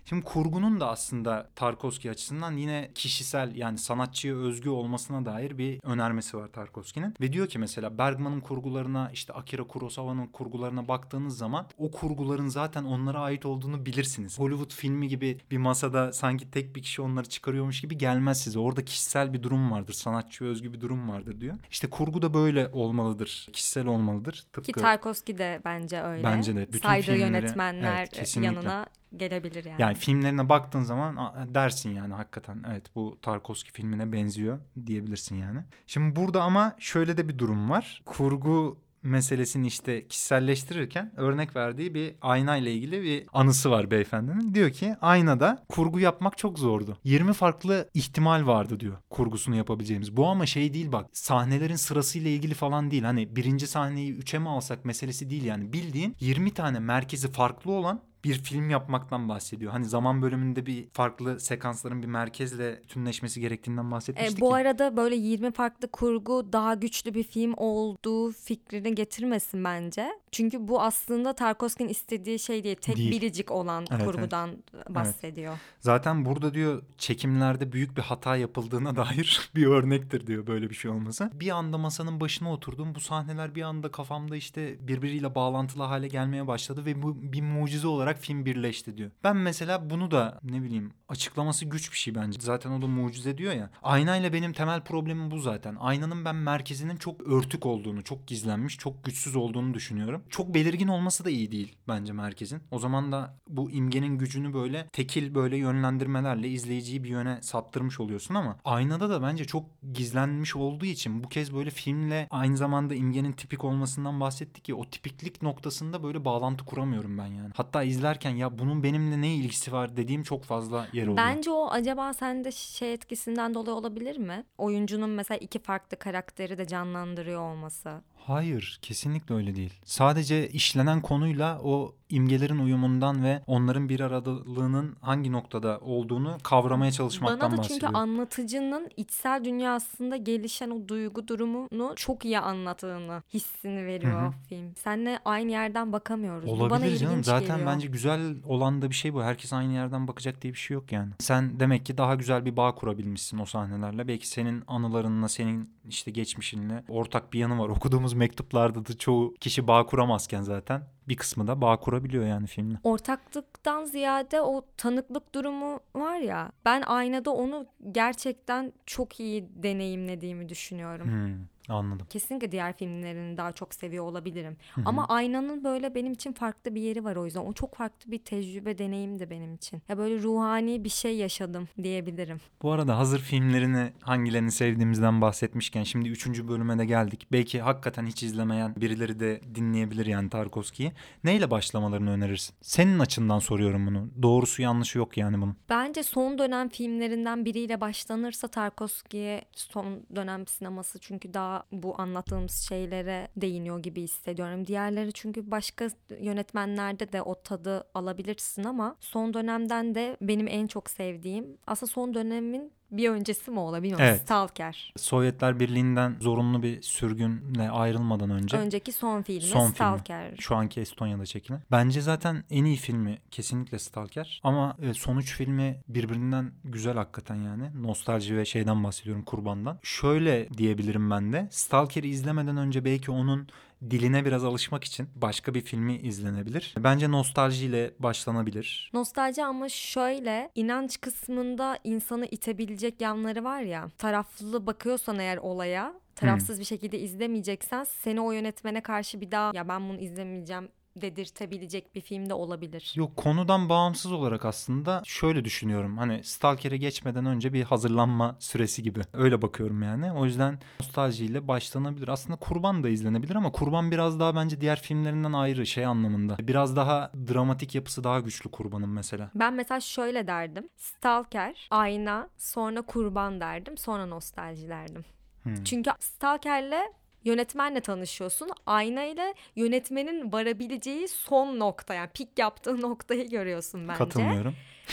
Şimdi kurgunun da aslında Tarkovski açısından yine kişisel, yani sanatçıya özgü olmasına dair bir önermesi var Tarkovski'nin. Ve diyor ki mesela Bergman'ın kurgularına, işte Akira Kurosawa'nın kurgularına baktığınız zaman o kurguların zaten onlara ait olduğunu bilirsiniz. Hollywood filmi gibi bir masada sanki tek bir kişi onları çıkarıyormuş gibi gelmez size. Orada kişisel bir durum vardır. Sanatçıya özgü bir durum vardır diyor. İşte kurgu da böyle olmalıdır. Kişisel olmalıdır. Tıpkı, Ki Tarkovski de bence öyle. Bence de. Bütün saydığı filmleri, yönetmenler evet, yanına gelebilir yani. Yani filmlerine baktığın zaman dersin yani hakikaten evet bu Tarkovski filmine benziyor diyebilirsin yani. Şimdi burada ama şöyle de bir durum var. Kurgu meselesini işte kişiselleştirirken örnek verdiği bir ayna ile ilgili bir anısı var beyefendinin. Diyor ki aynada kurgu yapmak çok zordu. yirmi farklı ihtimal vardı diyor kurgusunu yapabileceğimiz. Bu ama şey değil bak, sahnelerin sırasıyla ilgili falan değil. Hani birinci sahneyi üçe mi alsak meselesi değil yani. Bildiğin yirmi tane merkezi farklı olan bir film yapmaktan bahsediyor. Hani zaman bölümünde bir farklı sekansların bir merkezle bütünleşmesi gerektiğinden bahsetmiştik. E, bu ya. arada böyle yirmi farklı kurgu daha güçlü bir film olduğu fikrini getirmesin bence. Çünkü bu aslında Tarkovski'nin istediği şey değil. Tek Değil. biricik olan Evet, kurgudan bahsediyor. Evet. Zaten burada diyor çekimlerde büyük bir hata yapıldığına dair bir örnektir diyor böyle bir şey olması. Bir anda masanın başına oturdum. Bu sahneler bir anda kafamda işte birbiriyle bağlantılı hale gelmeye başladı ve bu bir mucize olarak film birleşti diyor. Ben mesela bunu da ne bileyim açıklaması güç bir şey bence. Zaten o da mucize diyor ya. Aynayla benim temel problemim bu zaten. Aynanın ben merkezinin çok örtük olduğunu, çok gizlenmiş, çok güçsüz olduğunu düşünüyorum. Çok belirgin olması da iyi değil bence merkezin. O zaman da bu imgenin gücünü böyle tekil böyle yönlendirmelerle izleyiciyi bir yöne saptırmış oluyorsun ama aynada da bence çok gizlenmiş olduğu için bu kez böyle filmle aynı zamanda imgenin tipik olmasından bahsettik ya, o tipiklik noktasında böyle bağlantı kuramıyorum ben yani. Hatta izlerken ya bunun benimle ne ilgisi var dediğim çok fazla yer oluyor. Bence o acaba sende şey etkisinden dolayı olabilir mi? Oyuncunun mesela iki farklı karakteri de canlandırıyor olması. Hayır, kesinlikle öyle değil. Sadece işlenen konuyla o imgelerin uyumundan ve onların bir aradalığının hangi noktada olduğunu kavramaya çalışmaktan bahsediyorum. Bana da çünkü bahsediyorum. anlatıcının içsel dünyasında gelişen o duygu durumunu çok iyi anlattığını hissini veriyor Hı hı. film. Seninle aynı yerden bakamıyoruz. Bu bana Olabilir ilginç canım. Zaten geliyor. bence güzel olan da bir şey bu. Herkes aynı yerden bakacak diye bir şey yok yani. Sen demek ki daha güzel bir bağ kurabilmişsin o sahnelerle. Belki senin anılarınla, senin işte geçmişinle ortak bir yanı var. Okuduğumuz mektuplarda da çoğu kişi bağ kuramazken zaten bir kısmı da bağ kurabiliyor yani filmle. Ortaklıktan ziyade o tanıklık durumu var ya, ben aynada onu gerçekten çok iyi deneyimlediğimi düşünüyorum. Hmm, anladım. Kesinlikle diğer filmlerini daha çok seviyor olabilirim. Hı hı. Ama aynanın böyle benim için farklı bir yeri var o yüzden. O çok farklı bir tecrübe, deneyimdi benim için. Ya böyle ruhani bir şey yaşadım diyebilirim. Bu arada hazır filmlerini hangilerini sevdiğimizden bahsetmişken şimdi üçüncü bölüme de geldik. Belki hakikaten hiç izlemeyen birileri de dinleyebilir yani Tarkovski'yi. Neyle başlamalarını önerirsin? Senin açından soruyorum bunu. Doğrusu yanlışı yok yani bunun. Bence son dönem filmlerinden biriyle başlanırsa Tarkovski'ye, son dönem sineması çünkü daha bu anlattığımız şeylere değiniyor gibi hissediyorum. Diğerleri çünkü başka yönetmenlerde de o tadı alabilirsin ama son dönemden de benim en çok sevdiğim, aslında son dönemin bir öncesi mi ola bilmiyorum. Evet. Stalker. Sovyetler Birliği'nden zorunlu bir sürgünle ayrılmadan önce. Önceki son filmi Son Stalker. filmi. Şu anki Estonya'da çekilen. Bence zaten en iyi filmi kesinlikle Stalker. Ama e, son üç filmi birbirinden güzel hakikaten yani. Nostalji ve şeyden bahsediyorum, Kurban'dan. Şöyle diyebilirim ben de. Stalker'i izlemeden önce belki onun diline biraz alışmak için başka bir filmi izlenebilir. Bence nostaljiyle başlanabilir. Nostalji ama şöyle, inanç kısmında insanı itebilecek yanları var ya, taraflı bakıyorsan eğer olaya, tarafsız bir şekilde izlemeyeceksen seni o yönetmene karşı bir daha ya ben bunu izlemeyeceğim dedirtebilecek bir film de olabilir. Yok, konudan bağımsız olarak aslında şöyle düşünüyorum. Hani Stalker'e geçmeden önce bir hazırlanma süresi gibi. Öyle bakıyorum yani. O yüzden nostaljiyle başlanabilir. Aslında Kurban da izlenebilir ama Kurban biraz daha bence diğer filmlerinden ayrı şey anlamında. Biraz daha dramatik yapısı daha güçlü Kurban'ın mesela. Ben mesela şöyle derdim. Stalker, Ayna, sonra Kurban derdim, sonra Nostalji derdim. Hmm. Çünkü Stalker'le yönetmenle tanışıyorsun. Ayna ile yönetmenin varabileceği son nokta, yani pik yaptığı noktayı görüyorsun bence. Katılmıyorum.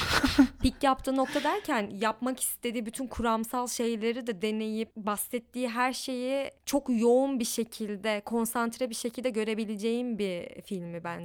Pik yaptığı nokta derken yapmak istediği bütün kuramsal şeyleri de deneyip bahsettiği her şeyi çok yoğun bir şekilde, konsantre bir şekilde görebileceğim bir filmi bence.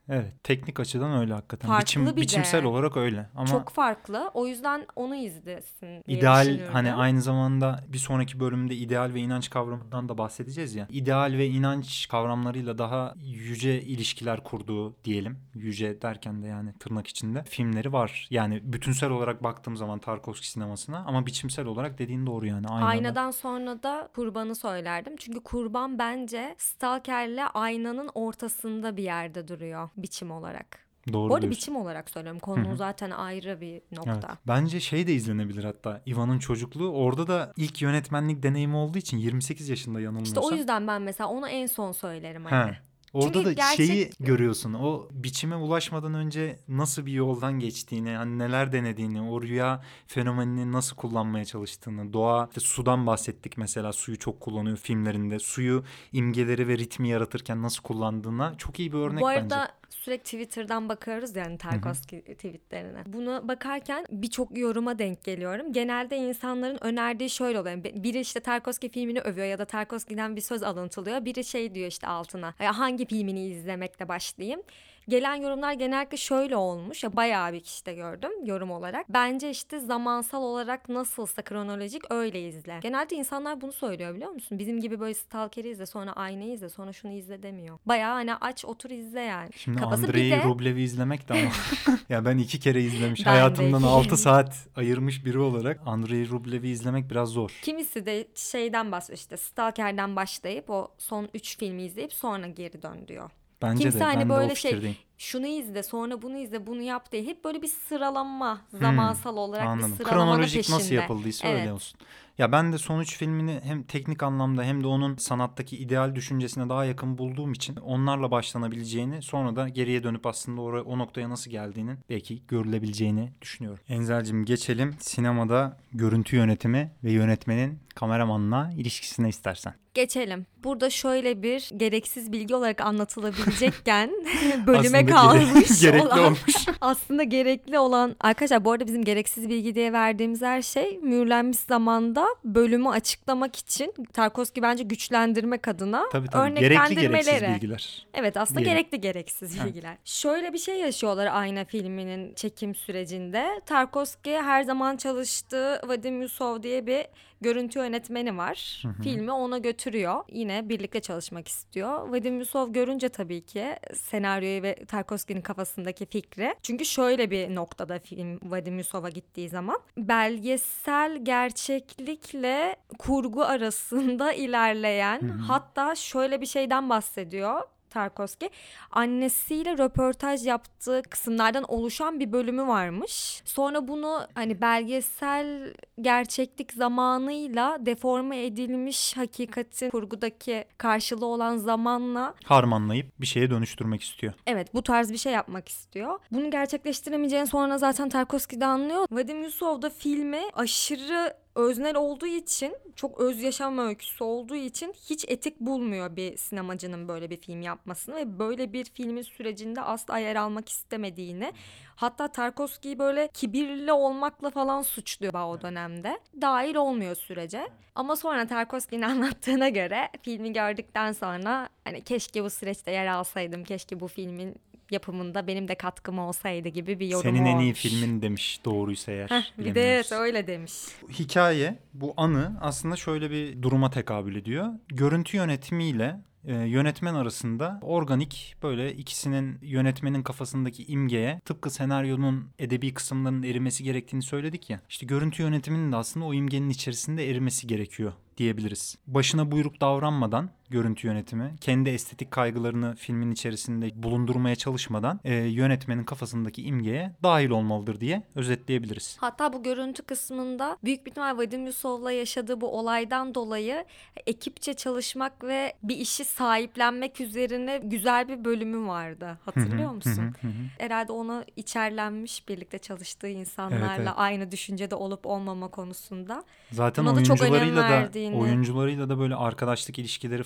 Evet, teknik açıdan öyle hakikaten. Farklı Biçim, bir de. biçimsel olarak öyle. Ama Çok farklı. O yüzden onu izlesin diye ideal, düşünürdüm. hani aynı zamanda bir sonraki bölümde ideal ve inanç kavramından da bahsedeceğiz ya. İdeal ve inanç kavramlarıyla daha yüce ilişkiler kurduğu diyelim. Yüce derken de yani tırnak içinde filmleri var. Yani bütünsel olarak baktığım zaman Tarkovski sinemasına, ama biçimsel olarak dediğin doğru yani. Aynada. Aynadan sonra da Kurban'ı söylerdim. Çünkü Kurban bence Stalker'le aynanın ortasında bir yerde duruyor biçim olarak. Doğru Bu arada diyorsun. biçim olarak söylüyorum. Hı Konu hı. zaten ayrı bir nokta. Evet. Bence şey de izlenebilir hatta. Ivan'ın çocukluğu. Orada da ilk yönetmenlik deneyimi olduğu için yirmi sekiz yaşında yanılmıyorsam. İşte o yüzden ben mesela onu en son söylerim hani. He. Orada Çünkü da gerçek... şeyi görüyorsun. O biçime ulaşmadan önce nasıl bir yoldan geçtiğini, hani neler denediğini, o rüya fenomenini nasıl kullanmaya çalıştığını, doğa, işte sudan bahsettik mesela. Suyu çok kullanıyor filmlerinde. Suyu imgeleri ve ritmi yaratırken nasıl kullandığına çok iyi bir örnek Bu bence. arada sürekli Twitter'dan bakıyoruz yani Tarkovski tweetlerine. Buna bakarken birçok yoruma denk geliyorum. Genelde insanların önerdiği şöyle oluyor. Biri işte Tarkovski filmini övüyor ya da Tarkovski'den bir söz alıntılıyor. Biri şey diyor işte altına. Ya hangi filmini izlemekle başlayayım? Gelen yorumlar genellikle şöyle olmuş. Ya bayağı bir kişi de gördüm yorum olarak. Bence işte zamansal olarak nasılsa kronolojik öyle izle. Genelde insanlar bunu söylüyor biliyor musun? Bizim gibi böyle Stalker'i izle, sonra Aynayı izle, sonra şunu izle demiyor. Bayağı hani aç otur izle yani. Şimdi Kafası Andrei bir de... Rublev'i izlemek de ama ya ben iki kere izlemiş. Ben de Hayatımdan iki altı kere. saat ayırmış biri olarak Andrei Rublev'i izlemek biraz zor. Kimisi de şeyden bahsediyor işte Stalker'den başlayıp o son üç filmi izleyip sonra geri dön diyor. Bence Kimse de hani ben de o böyle şey fikirdeyim. şunu izle sonra bunu izle bunu yap diye hep böyle bir sıralama Hmm, zamansal olarak anladım. bir sıralamanın Kronolojik peşinde. nasıl yapıldıysa Evet. öyle olsun. Ya ben de son üç filmini hem teknik anlamda hem de onun sanattaki ideal düşüncesine daha yakın bulduğum için onlarla başlanabileceğini, sonra da geriye dönüp aslında o, o noktaya nasıl geldiğinin belki görülebileceğini düşünüyorum. Enzel'cim geçelim sinemada görüntü yönetimi ve yönetmenin kameramanla ilişkisine istersen. Geçelim. Burada şöyle bir gereksiz bilgi olarak anlatılabilecekken bölüme Aslında kalmış gerekli olan olmuş. aslında gerekli olan arkadaşlar bu arada bizim gereksiz bilgi diye verdiğimiz her şey mühürlenmiş zamanda bölümü açıklamak için Tarkovski bence güçlendirmek adına Tabii tabii. Gerekli gereksiz örneklendirmeleri. bilgiler. Evet aslında Diyelim. gerekli gereksiz bilgiler. Şöyle bir şey yaşıyorlar Ayna filminin çekim sürecinde. Tarkovski her zaman çalıştığı Vadim Yusov diye bir görüntü yönetmeni var. Hı hı. Filmi ona götürüyor. Yine birlikte çalışmak istiyor. Vadim Yusov görünce tabii ki senaryoyu ve Tarkovski'nin kafasındaki fikri. Çünkü şöyle bir noktada film Vadim Yusov'a gittiği zaman belgesel gerçeklikle kurgu arasında ilerleyen, Hı hı. hatta şöyle bir şeyden bahsediyor Tarkovski. Annesiyle röportaj yaptığı kısımlardan oluşan bir bölümü varmış. Sonra bunu hani belgesel gerçeklik zamanıyla deforme edilmiş hakikatin kurgudaki karşılığı olan zamanla Harmanlayıp bir şeye dönüştürmek istiyor. evet bu tarz bir şey yapmak istiyor. Bunu gerçekleştiremeyeceğini sonra zaten Tarkovski de anlıyor. Vadim Yusov da filmi aşırı öznel olduğu için, çok öz yaşam öyküsü olduğu için hiç etik bulmuyor bir sinemacının böyle bir film yapmasını ve böyle bir filmin sürecinde asla yer almak istemediğini, hatta Tarkovski'yi böyle kibirli olmakla falan suçluyor o dönemde. Dahil olmuyor sürece. Ama sonra Tarkovski'nin anlattığına göre filmi gördükten sonra hani keşke bu süreçte yer alsaydım, keşke bu filmin yapımında benim de katkım olsaydı gibi bir yorumu Senin en iyi olmuş. filmin demiş doğruysa eğer. Heh, bir de bilemiyoruz. evet öyle demiş. Hikaye, bu anı aslında şöyle bir duruma tekabül ediyor. Görüntü yönetimiyle e, yönetmen arasında organik, böyle ikisinin, yönetmenin kafasındaki imgeye tıpkı senaryonun edebi kısımlarının erimesi gerektiğini söyledik ya. İşte görüntü yönetiminin de aslında o imgenin içerisinde erimesi gerekiyor diyebiliriz. Başına buyruk davranmadan görüntü yönetimi, kendi estetik kaygılarını filmin içerisinde bulundurmaya çalışmadan e, yönetmenin kafasındaki imgeye dahil olmalıdır diye özetleyebiliriz. Hatta bu görüntü kısmında büyük bir ihtimal Vadim Yusov'la yaşadığı bu olaydan dolayı ekipçe çalışmak ve bir işi sahiplenmek üzerine güzel bir bölümü vardı. Hatırlıyor musun? Hı hı, hı. Herhalde ona içerlenmiş birlikte çalıştığı insanlarla Evet, evet. aynı düşüncede olup olmama konusunda. Zaten Buna da çok önem oyuncularıyla da verdiğini. oyuncularıyla da böyle arkadaşlık ilişkileri falan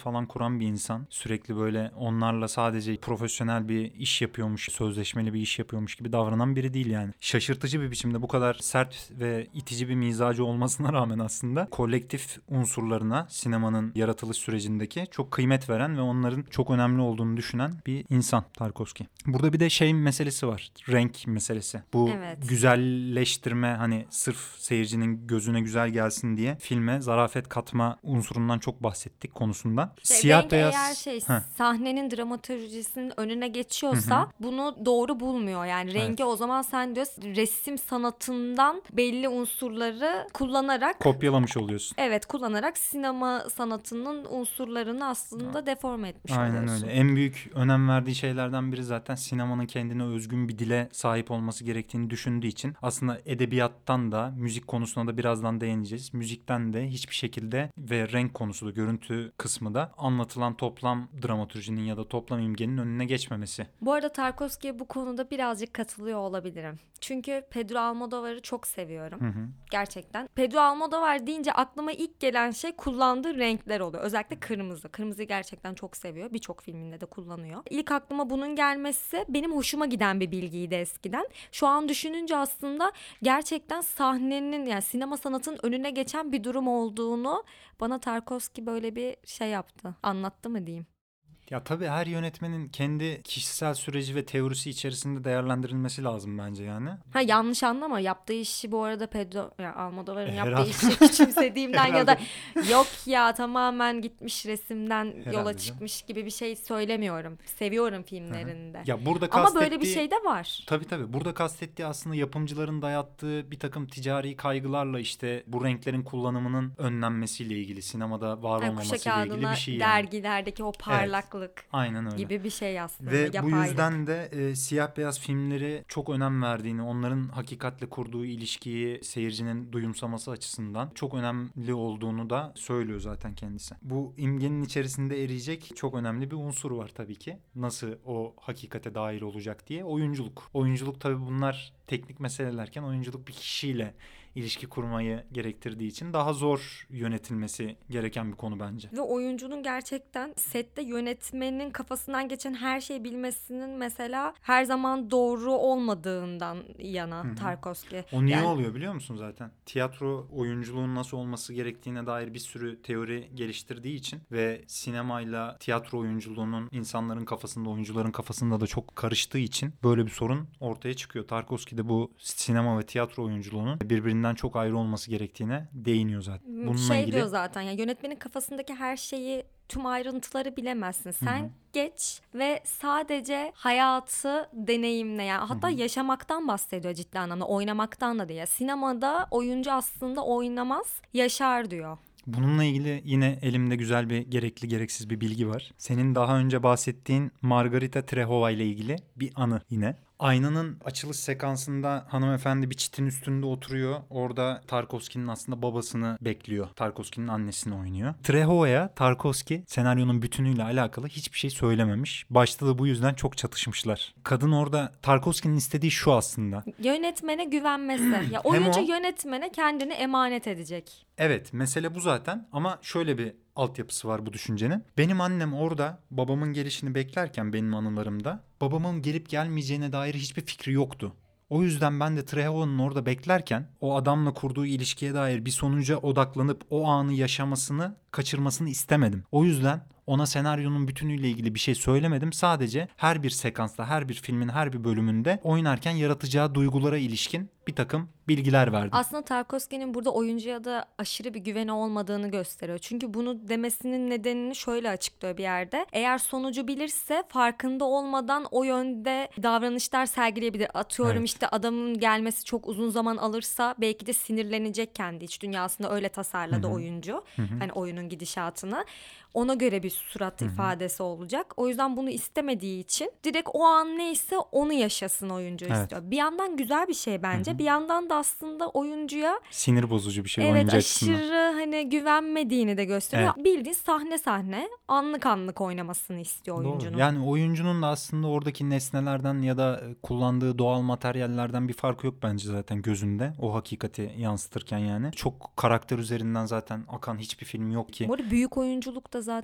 falan kuran bir insan. Sürekli böyle onlarla sadece profesyonel bir iş yapıyormuş, sözleşmeli bir iş yapıyormuş gibi davranan biri değil yani. Şaşırtıcı bir biçimde bu kadar sert ve itici bir mizacı olmasına rağmen aslında kolektif unsurlarına sinemanın yaratılış sürecindeki çok kıymet veren ve onların çok önemli olduğunu düşünen bir insan Tarkovski. Burada bir de şey meselesi var. Renk meselesi. Bu Evet. güzelleştirme, hani sırf seyircinin gözüne güzel gelsin diye filme zarafet katma unsurundan çok bahsettik konusundan. Şey, Siyah renk beyaz eğer şey Heh. sahnenin dramatürjisinin önüne geçiyorsa Hı hı. bunu doğru bulmuyor. Yani rengi Evet. o zaman sen diyor resim sanatından belli unsurları kullanarak Kopyalamış oluyorsun. evet kullanarak sinema sanatının unsurlarını aslında deforme etmiş Aynen oluyorsun. öyle. En büyük önem verdiği şeylerden biri zaten sinemanın kendine özgün bir dile sahip olması gerektiğini düşündüğü için aslında edebiyattan da müzik konusuna da birazdan değineceğiz. Müzikten de hiçbir şekilde ve renk konusu da görüntü kısmı da anlatılan toplam dramatürjinin ya da toplam imgenin önüne geçmemesi. Bu arada Tarkovski'ye bu konuda birazcık katılıyor olabilirim. Çünkü Pedro Almodovar'ı çok seviyorum. Hı hı. Gerçekten. Pedro Almodovar deyince aklıma ilk gelen şey kullandığı renkler oluyor. Özellikle kırmızı. Kırmızıyı gerçekten çok seviyor. Birçok filminde de kullanıyor. İlk aklıma bunun gelmesi benim hoşuma giden bir bilgiydi eskiden. Şu an düşününce aslında gerçekten sahnenin yani sinema sanatının önüne geçen bir durum olduğunu bana Tarkovski böyle bir şey yaptı. Anlattı mı diyeyim. Ya tabii her yönetmenin kendi kişisel süreci ve teorisi içerisinde değerlendirilmesi lazım bence yani. Ha yanlış anlama, yaptığı işi bu arada Pedro ya Almodovar'ın E, yaptığı herhalde. işi küçümsediğimden ya da Herhalde. yok ya tamamen gitmiş resimden Herhalde yola canım. çıkmış gibi bir şey söylemiyorum. Seviyorum Hı hı. filmlerinde. Ya burada Ama kastettiği... böyle bir şey de var. Tabii tabii. Burada kastettiği aslında yapımcıların dayattığı bir takım ticari kaygılarla işte bu renklerin kullanımının önlenmesiyle ilgili, sinemada var Yani kuşa olmamasıyla ilgili kağıdına bir şey yani. dergilerdeki o parlaklık Aynen öyle. gibi bir şey aslında. Ve bu Yapaylık. yüzden de e, siyah beyaz filmleri çok önem verdiğini, onların hakikatle kurduğu ilişkiyi seyircinin duyumsaması açısından çok önemli olduğunu da söylüyor zaten kendisi. Bu imgenin içerisinde eriyecek çok önemli bir unsur var tabii ki. Nasıl o hakikate dair olacak diye. Oyunculuk. Oyunculuk tabii bunlar teknik meselelerken oyunculuk bir kişiyle ilişki kurmayı gerektirdiği için daha zor yönetilmesi gereken bir konu bence. Ve oyuncunun gerçekten sette yönetmenin kafasından geçen her şeyi bilmesinin mesela her zaman doğru olmadığından yana Hı hı. Tarkovski. O niye Yani oluyor biliyor musun zaten? Tiyatro oyunculuğun nasıl olması gerektiğine dair bir sürü teori geliştirdiği için ve sinemayla tiyatro oyunculuğunun insanların kafasında, oyuncuların kafasında da çok karıştığı için böyle bir sorun ortaya çıkıyor. Tarkovski de bu sinema ve tiyatro oyunculuğunun birbirinden çok ayrı olması gerektiğine değiniyor zaten. Bununla şey ilgili diyor zaten ya, yönetmenin kafasındaki her şeyi, tüm ayrıntıları bilemezsin. Sen Hı hı. geç ve sadece hayatı deneyimle, yani hatta Hı hı. yaşamaktan bahsediyor ciddi anlamda, oynamaktan da değil. Sinemada oyuncu aslında oynamaz, yaşar diyor. Bununla ilgili yine elimde güzel bir gerekli gereksiz bir bilgi var. Senin daha önce bahsettiğin Margarita Trehova ile ilgili bir anı yine. Aynanın açılış sekansında hanımefendi bir çitin üstünde oturuyor. Orada Tarkovski'nin aslında babasını bekliyor. Tarkovski'nin annesini oynuyor. Trehova'ya Tarkovski senaryonun bütünüyle alakalı hiçbir şey söylememiş. Başta da bu yüzden çok çatışmışlar. Kadın orada Tarkovski'nin istediği şu aslında. Yönetmene güvenmesi. Ya oyuncu o- yönetmene kendini emanet edecek. Evet, mesele bu zaten ama şöyle bir altyapısı var bu düşüncenin. Benim annem orada babamın gelişini beklerken benim anılarımda babamın gelip gelmeyeceğine dair hiçbir fikri yoktu. O yüzden ben de Trejo'nun orada beklerken o adamla kurduğu ilişkiye dair bir sonuca odaklanıp o anı yaşamasını, kaçırmasını istemedim. O yüzden ona senaryonun bütünüyle ilgili bir şey söylemedim. Sadece her bir sekansta, her bir filmin her bir bölümünde oynarken yaratacağı duygulara ilişkin bir takım bilgiler verdim. Aslında Tarkovski'nin burada oyuncuya da aşırı bir güveni olmadığını gösteriyor. Çünkü bunu demesinin nedenini şöyle açıklıyor bir yerde. Eğer sonucu bilirse farkında olmadan o yönde davranışlar sergileyebilir. Atıyorum Evet. işte adamın gelmesi çok uzun zaman alırsa belki de sinirlenecek, kendi iç dünyasında öyle tasarladı Hı hı. oyuncu. Hı hı. Hani oyunun gidişatını. Ona göre bir surat Hı hı. ifadesi olacak. O yüzden bunu istemediği için direkt o an neyse onu yaşasın oyuncu Evet. istiyor. Bir yandan güzel bir şey bence. Hı hı. Bir yandan da aslında oyuncuya Sinir bozucu bir şey evet oyuncu açısından. aşırı hani güvenmediğini de gösteriyor. Evet. Bildiğin sahne sahne anlık anlık oynamasını istiyor oyuncunun. Doğru. Yani oyuncunun da aslında oradaki nesnelerden ya da kullandığı doğal materyallerden bir farkı yok bence zaten gözünde. O hakikati yansıtırken yani. Çok karakter üzerinden zaten akan hiçbir film yok ki. Bu arada büyük oyunculuk da zaten hiç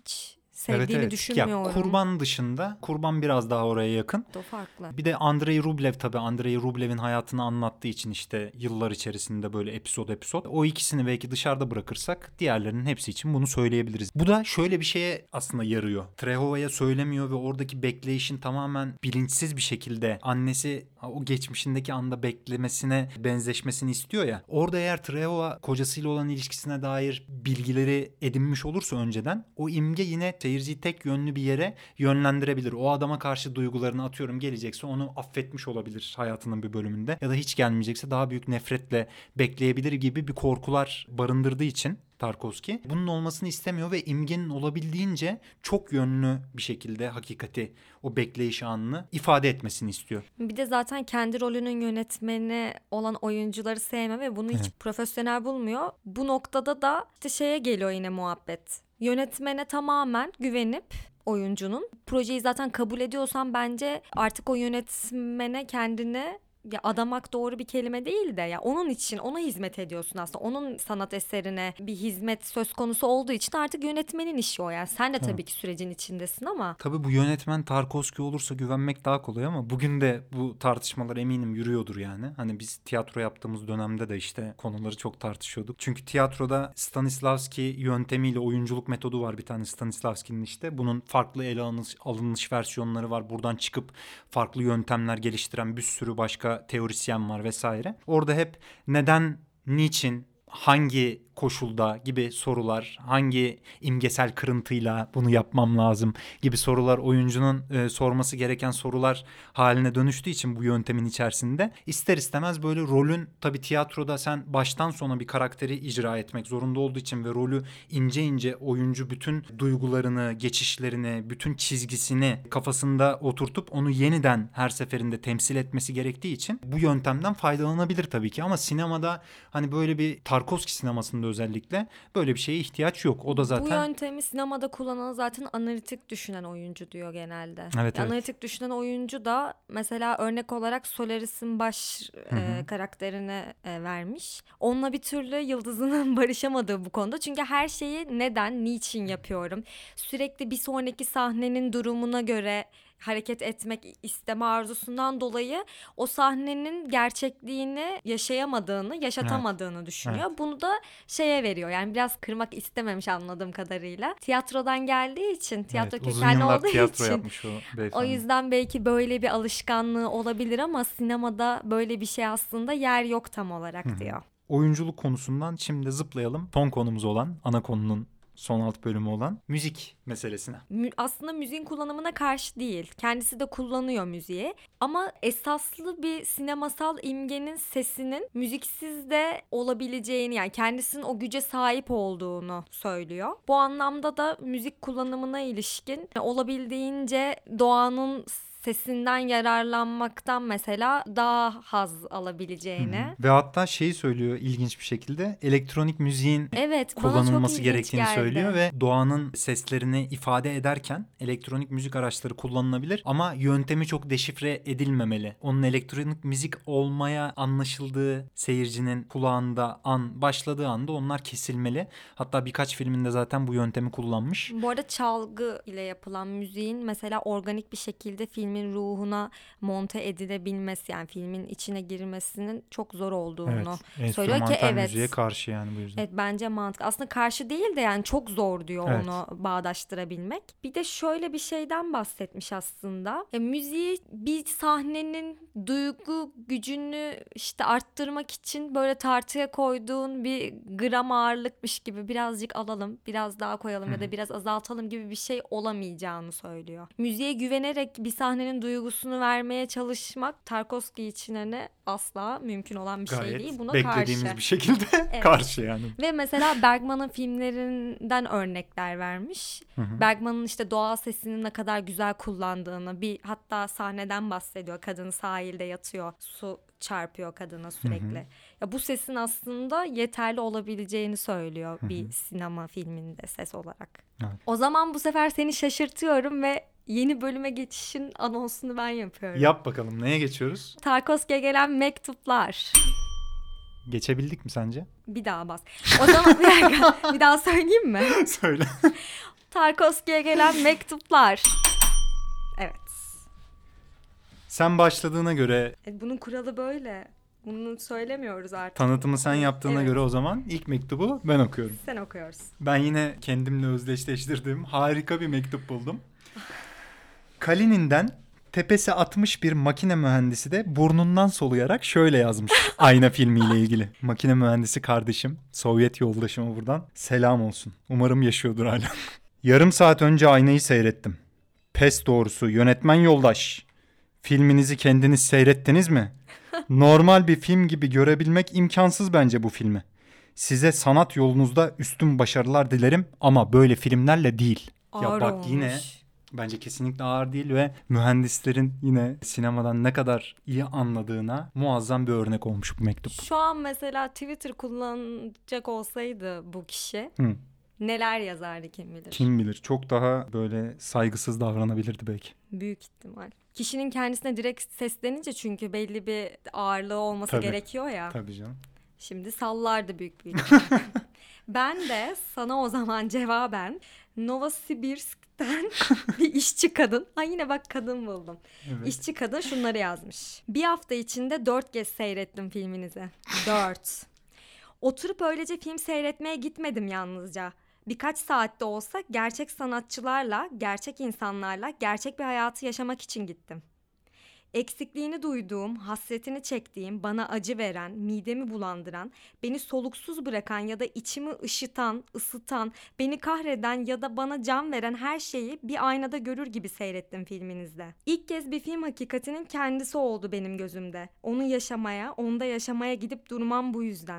hiç sevdiğini evet, evet. düşünmüyorum. Ya, Kurban dışında, Kurban biraz daha oraya yakın. O farklı. Bir de Andrei Rublev, tabii Andrei Rublev'in hayatını anlattığı için işte yıllar içerisinde böyle episod episod. O ikisini belki dışarıda bırakırsak diğerlerinin hepsi için bunu söyleyebiliriz. Bu da şöyle bir şeye aslında yarıyor. Trehova'ya söylemiyor ve oradaki bekleyişin tamamen bilinçsiz bir şekilde annesi o geçmişindeki anda beklemesine benzeşmesini istiyor ya. Orada eğer Trehova kocasıyla olan ilişkisine dair bilgileri edinmiş olursa önceden, o imge yine seyirciyi tek yönlü bir yere yönlendirebilir. O adama karşı duygularını, atıyorum, gelecekse onu affetmiş olabilir hayatının bir bölümünde, ya da hiç gelmeyecekse daha büyük nefretle bekleyebilir gibi bir korkular barındırdığı için Tarkovski bunun olmasını istemiyor ve imgenin olabildiğince çok yönlü bir şekilde hakikati, o bekleyiş anını ifade etmesini istiyor. Bir de zaten kendi rolünün yönetmeni olan oyuncuları sevmiyor ve bunu hiç Evet. profesyonel bulmuyor. Bu noktada da işte şeye geliyor yine muhabbet. Yönetmene tamamen güvenip oyuncunun projeyi zaten kabul ediyorsan bence artık o yönetmene kendini, ya adamak doğru bir kelime değil de ya onun için ona hizmet ediyorsun aslında. Onun sanat eserine bir hizmet söz konusu olduğu için artık yönetmenin işi o yani. Sen de tabii Evet. ki sürecin içindesin ama. Tabii bu yönetmen Tarkovski olursa güvenmek daha kolay ama bugün de bu tartışmalar eminim yürüyordur yani. Hani biz tiyatro yaptığımız dönemde de işte konuları çok tartışıyorduk. Çünkü tiyatroda Stanislavski yöntemiyle oyunculuk metodu var, bir tane Stanislavski'nin işte. Bunun farklı ele alınış, alınış versiyonları var. Buradan çıkıp farklı yöntemler geliştiren bir sürü başka teorisyen var vesaire. Orada hep neden, niçin, hangi koşulda gibi sorular, hangi imgesel kırıntıyla bunu yapmam lazım gibi sorular oyuncunun e, sorması gereken sorular haline dönüştüğü için bu yöntemin içerisinde ister istemez böyle rolün, tabii tiyatroda sen baştan sona bir karakteri icra etmek zorunda olduğu için ve rolü ince ince oyuncu bütün duygularını, geçişlerini, bütün çizgisini kafasında oturtup onu yeniden her seferinde temsil etmesi gerektiği için bu yöntemden faydalanabilir tabii ki, ama sinemada hani böyle bir Tarkovski sinemasında özellikle böyle bir şeye ihtiyaç yok. O da zaten... Bu yöntemi sinemada kullanan zaten analitik düşünen oyuncu diyor genelde. Evet, evet. Analitik düşünen oyuncu da mesela örnek olarak Solaris'in baş e, karakterini e, vermiş. Onunla bir türlü yıldızının barışamadığı bu konuda. Çünkü her şeyi neden, niçin yapıyorum? Sürekli bir sonraki sahnenin durumuna göre hareket etmek isteme arzusundan dolayı o sahnenin gerçekliğini yaşayamadığını, yaşatamadığını evet. düşünüyor. Evet. Bunu da şeye veriyor. Yani biraz kırmak istememiş anladığım kadarıyla. Tiyatrodan geldiği için, tiyatro evet, kökenli olduğu tiyatro için. Yapmış o, o yüzden belki böyle bir alışkanlığı olabilir ama sinemada böyle bir şey aslında yer yok tam olarak Hı-hı. diyor. Oyunculuk konusundan şimdi zıplayalım son konumuz olan, ana konunun son alt bölümü olan müzik meselesine. Aslında müziğin kullanımına karşı değil. Kendisi de kullanıyor müziği. Ama esaslı bir sinemasal imgenin sesinin müziksiz de olabileceğini, yani kendisinin o güce sahip olduğunu söylüyor. Bu anlamda da müzik kullanımına ilişkin olabildiğince doğanın sesinden yararlanmaktan mesela daha haz alabileceğini. Hı-hı. Ve hatta şeyi söylüyor ilginç bir şekilde, elektronik müziğin evet, kullanılması gerektiğini söylüyor ve doğanın seslerini ifade ederken elektronik müzik araçları kullanılabilir ama yöntemi çok deşifre edilmemeli. Onun elektronik müzik olmaya anlaşıldığı seyircinin kulağında an başladığı anda onlar kesilmeli. Hatta birkaç filminde zaten bu yöntemi kullanmış. Bu arada çalgı ile yapılan müziğin mesela organik bir şekilde film ruhuna monte edilebilmesi, yani filmin içine girmesinin çok zor olduğunu evet, söylüyor ki evet. müziğe karşı yani bu yüzden. Evet, bence mantık. Aslında karşı değil de yani çok zor diyor evet. onu bağdaştırabilmek. Bir de şöyle bir şeyden bahsetmiş aslında. E, müziği bir sahnenin duygu gücünü işte arttırmak için böyle tartıya koyduğun bir gram ağırlıkmış gibi birazcık alalım, biraz daha koyalım Hı. ya da biraz azaltalım gibi bir şey olamayacağını söylüyor. Müziğe güvenerek bir sahnenin duygusunu vermeye çalışmak Tarkovski için hani asla mümkün olan bir Gayet şey değil. Buna beklediğimiz karşı. bir şekilde evet. karşı yani. Ve mesela Bergman'ın filmlerinden örnekler vermiş. Hı hı. Bergman'ın işte doğal sesini ne kadar güzel kullandığını, bir hatta sahneden bahsediyor. Kadın sahilde yatıyor, su çarpıyor kadına sürekli. Hı hı. Ya bu sesin aslında yeterli olabileceğini söylüyor hı hı. bir sinema filminde ses olarak. Evet. O zaman bu sefer seni şaşırtıyorum ve yeni bölüme geçişin anonsunu ben yapıyorum. Yap bakalım, neye geçiyoruz? Tarkovski'ye gelen mektuplar. Geçebildik mi sence? Bir daha bas. O zaman bir dakika, bir daha söyleyeyim mi? Söyle. Tarkovski'ye gelen mektuplar. Evet. Sen başladığına göre, E, bunun kuralı böyle. Bunu söylemiyoruz artık. tanıtımı sen yaptığına Evet. göre o zaman ilk mektubu ben okuyorum. Sen okuyorsun. Ben yine kendimle özdeşleştirdiğim harika bir mektup buldum. Kalinin'den tepesi atmış bir makine mühendisi de burnundan soluyarak şöyle yazmış Ayna filmiyle ilgili. Makine mühendisi kardeşim, Sovyet yoldaşıma buradan selam olsun. Umarım yaşıyordur hala. Yarım saat önce Aynayı seyrettim. Pes doğrusu yönetmen yoldaş. Filminizi kendiniz seyrettiniz mi? Normal bir film gibi görebilmek imkansız bence bu filmi. Size sanat yolunuzda üstün başarılar dilerim ama böyle filmlerle değil. Ya Ağır bak olmuş. yine bence kesinlikle ağır değil ve mühendislerin yine sinemadan ne kadar iyi anladığına muazzam bir örnek olmuş bu mektup. Şu an mesela Twitter kullanacak olsaydı bu kişi Hı. neler yazardı kim bilir. Kim bilir, çok daha böyle saygısız davranabilirdi belki. Büyük ihtimal. Kişinin kendisine direkt seslenince çünkü belli bir ağırlığı olması Tabii. gerekiyor ya. Tabii canım. Şimdi sallardı büyük bir ihtimal. Ben de sana o zaman cevaben Novosibirsk'ten bir işçi kadın. Ha yine bak kadın buldum. Evet. İşçi kadın şunları yazmış. Bir hafta içinde dört kez seyrettim filminizi. Dört. Oturup öylece film seyretmeye gitmedim yalnızca. Birkaç saatte olsa gerçek sanatçılarla, gerçek insanlarla gerçek bir hayatı yaşamak için gittim. Eksikliğini duyduğum, hasretini çektiğim, bana acı veren, midemi bulandıran, beni soluksuz bırakan ya da içimi ışıtan, ısıtan, beni kahreden ya da bana can veren her şeyi bir aynada görür gibi seyrettim filminizde. İlk kez bir film hakikatinin kendisi oldu benim gözümde. Onu yaşamaya, onda yaşamaya gidip durmam bu yüzden.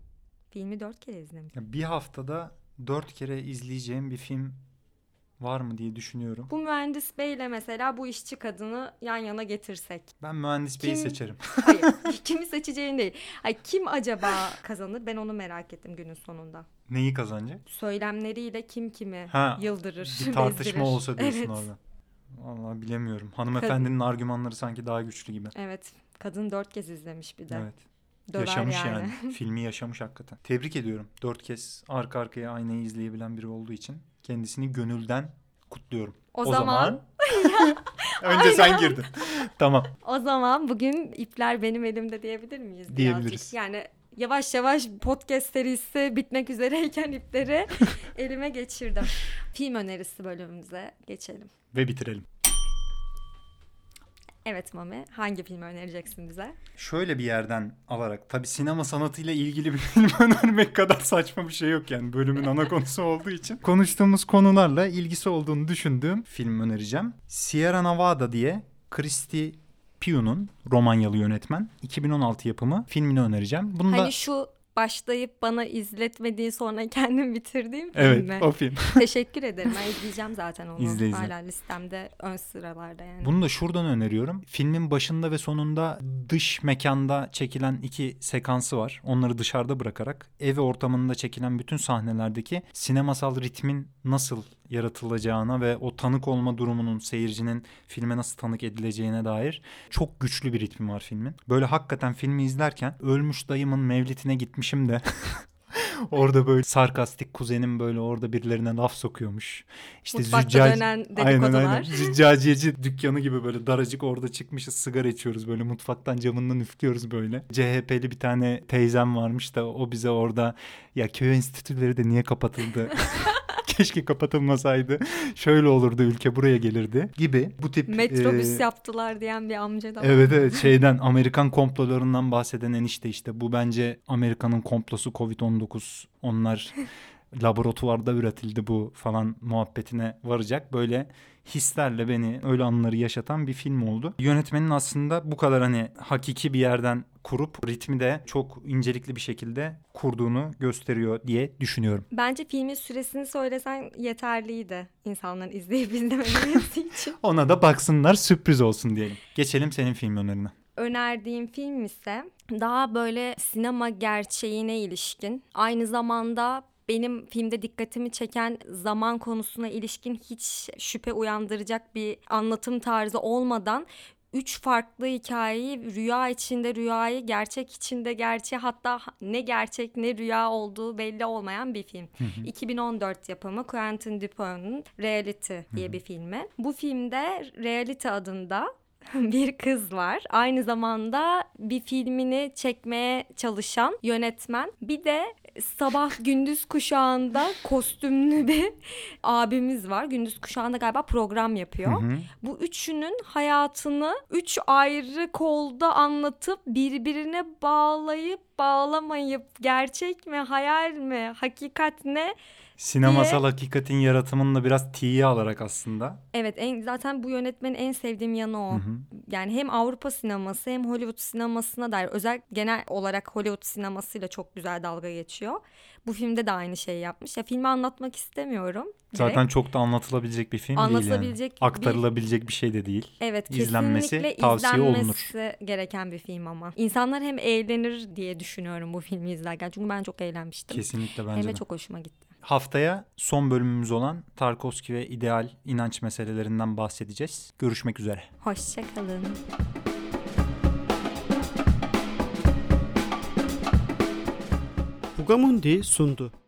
Filmi dört kere izledim. Ya bir haftada dört kere izleyeceğim bir film var mı diye düşünüyorum. Bu mühendis beyle mesela bu işçi kadını yan yana getirsek. Ben mühendis beyi Kim- seçerim. Hayır, kimi seçeceğin değil. Hayır, kim acaba kazanır? Ben onu merak ettim günün sonunda. Neyi kazanacak? Söylemleriyle kim kimi Ha, yıldırır, Bir tartışma bezdirir. olsa diyorsun Evet. orada. Vallahi bilemiyorum. Hanımefendinin argümanları sanki daha güçlü gibi. Evet, kadın dört kez izlemiş bir de. Evet. Döver Yaşamış yani. yani. Filmi yaşamış hakikaten. Tebrik ediyorum. Dört kez arka arkaya Aynayı izleyebilen biri olduğu için kendisini gönülden kutluyorum. O, zaman, önce sen Aynen. girdin. Tamam. o zaman bugün ipler benim elimde diyebilir miyiz? birazcık? Diyebiliriz. Yani yavaş yavaş podcast serisi bitmek üzereyken ipleri elime geçirdim. Film önerisi bölümümüze geçelim. Ve bitirelim. Evet Mami, hangi filmi önereceksin bize? Şöyle bir yerden alarak, tabii sinema sanatıyla ilgili bir film önermek kadar saçma bir şey yok yani bölümün ana konusu olduğu için. Konuştuğumuz konularla ilgisi olduğunu düşündüğüm film önereceğim. Sierra Nevada diye Christy Pugh'un, Romanyalı yönetmen, iki bin on altı yapımı filmini önereceğim. Bunu Hani da... şu başlayıp bana izletmediğin sonra kendim bitirdiğim film Evet, mi? o film. Teşekkür ederim. Ben izleyeceğim zaten onu. İzle, izle. Hala listemde ön sıralarda yani. Bunu da şuradan öneriyorum. Filmin başında ve sonunda dış mekanda çekilen iki sekansı var. Onları dışarıda bırakarak ev ortamında çekilen bütün sahnelerdeki sinemasal ritmin nasıl yaratılacağına ve o tanık olma durumunun, seyircinin filme nasıl tanık edileceğine dair çok güçlü bir ritmi var filmin. Böyle hakikaten filmi izlerken ölmüş dayımın mevlidine gitmişim de orada böyle sarkastik kuzenim böyle orada birilerine laf sokuyormuş. İşte Mutfakta züccaci- dönen Aynen, dedikodular. aynen. Züccaciyeci dükkanı gibi böyle daracık orada çıkmışız, sigara içiyoruz böyle mutfaktan camından üflüyoruz böyle. C H P'li bir tane teyzem varmış da o bize orada ya köy enstitüleri de niye kapatıldı? Keşke kapatılmasaydı. Şöyle olurdu, ülke buraya gelirdi gibi. Bu tip Metrobüs e, yaptılar diyen bir amca da var. Evet evet, şeyden Amerikan komplolarından bahseden enişte işte. Bu bence Amerika'nın komplosu kovid on dokuz. Onlar laboratuvarda üretildi bu falan muhabbetine varacak. Böyle hislerle beni öyle anıları yaşatan bir film oldu. Yönetmenin aslında bu kadar hani hakiki bir yerden kurup ritmi de çok incelikli bir şekilde kurduğunu gösteriyor diye düşünüyorum. Bence filmin süresini söylesen yeterliydi insanların izleyip izlememesi için. Ona da baksınlar, sürpriz olsun diyelim. Geçelim senin film önerine. Önerdiğim film ise daha böyle sinema gerçeğine ilişkin, aynı zamanda benim filmde dikkatimi çeken zaman konusuna ilişkin hiç şüphe uyandıracak bir anlatım tarzı olmadan üç farklı hikayeyi, rüya içinde rüyayı, gerçek içinde gerçeği, hatta ne gerçek ne rüya olduğu belli olmayan bir film. Hı hı. iki bin on dört yapımı Quentin Dupieux'un Reality diye Hı hı. bir filmi. Bu filmde Reality adında bir kız var. Aynı zamanda bir filmini çekmeye çalışan yönetmen. Bir de sabah gündüz kuşağında kostümlü bir abimiz var. Gündüz kuşağında galiba program yapıyor. Hı hı. Bu üçünün hayatını üç ayrı kolda anlatıp birbirine bağlayıp bağlamayıp gerçek mi, hayal mi, hakikat ne? Sinemasal hakikatin yaratımını da biraz tiye alarak aslında. Evet, en, zaten bu yönetmenin en sevdiğim yanı o. Hı hı. Yani hem Avrupa sineması hem Hollywood sinemasına dair, özel genel olarak Hollywood sinemasıyla çok güzel dalga geçiyor. Bu filmde de aynı şeyi yapmış. Ya filmi anlatmak istemiyorum. Direkt. Zaten çok da anlatılabilecek bir film değil yani. Anlatılabilecek bir- Aktarılabilecek bir şey de değil. Evet, İzlenmesi, kesinlikle tavsiye izlenmesi olunur. gereken bir film ama. İnsanlar hem eğlenir diye düşünüyorum bu filmi izlerken. Çünkü ben çok eğlenmiştim. Kesinlikle Hem bence de de. çok hoşuma gitti. Haftaya son bölümümüz olan Tarkovski ve ideal inanç meselelerinden bahsedeceğiz. Görüşmek üzere. Hoşçakalın. Bugamundi sundu.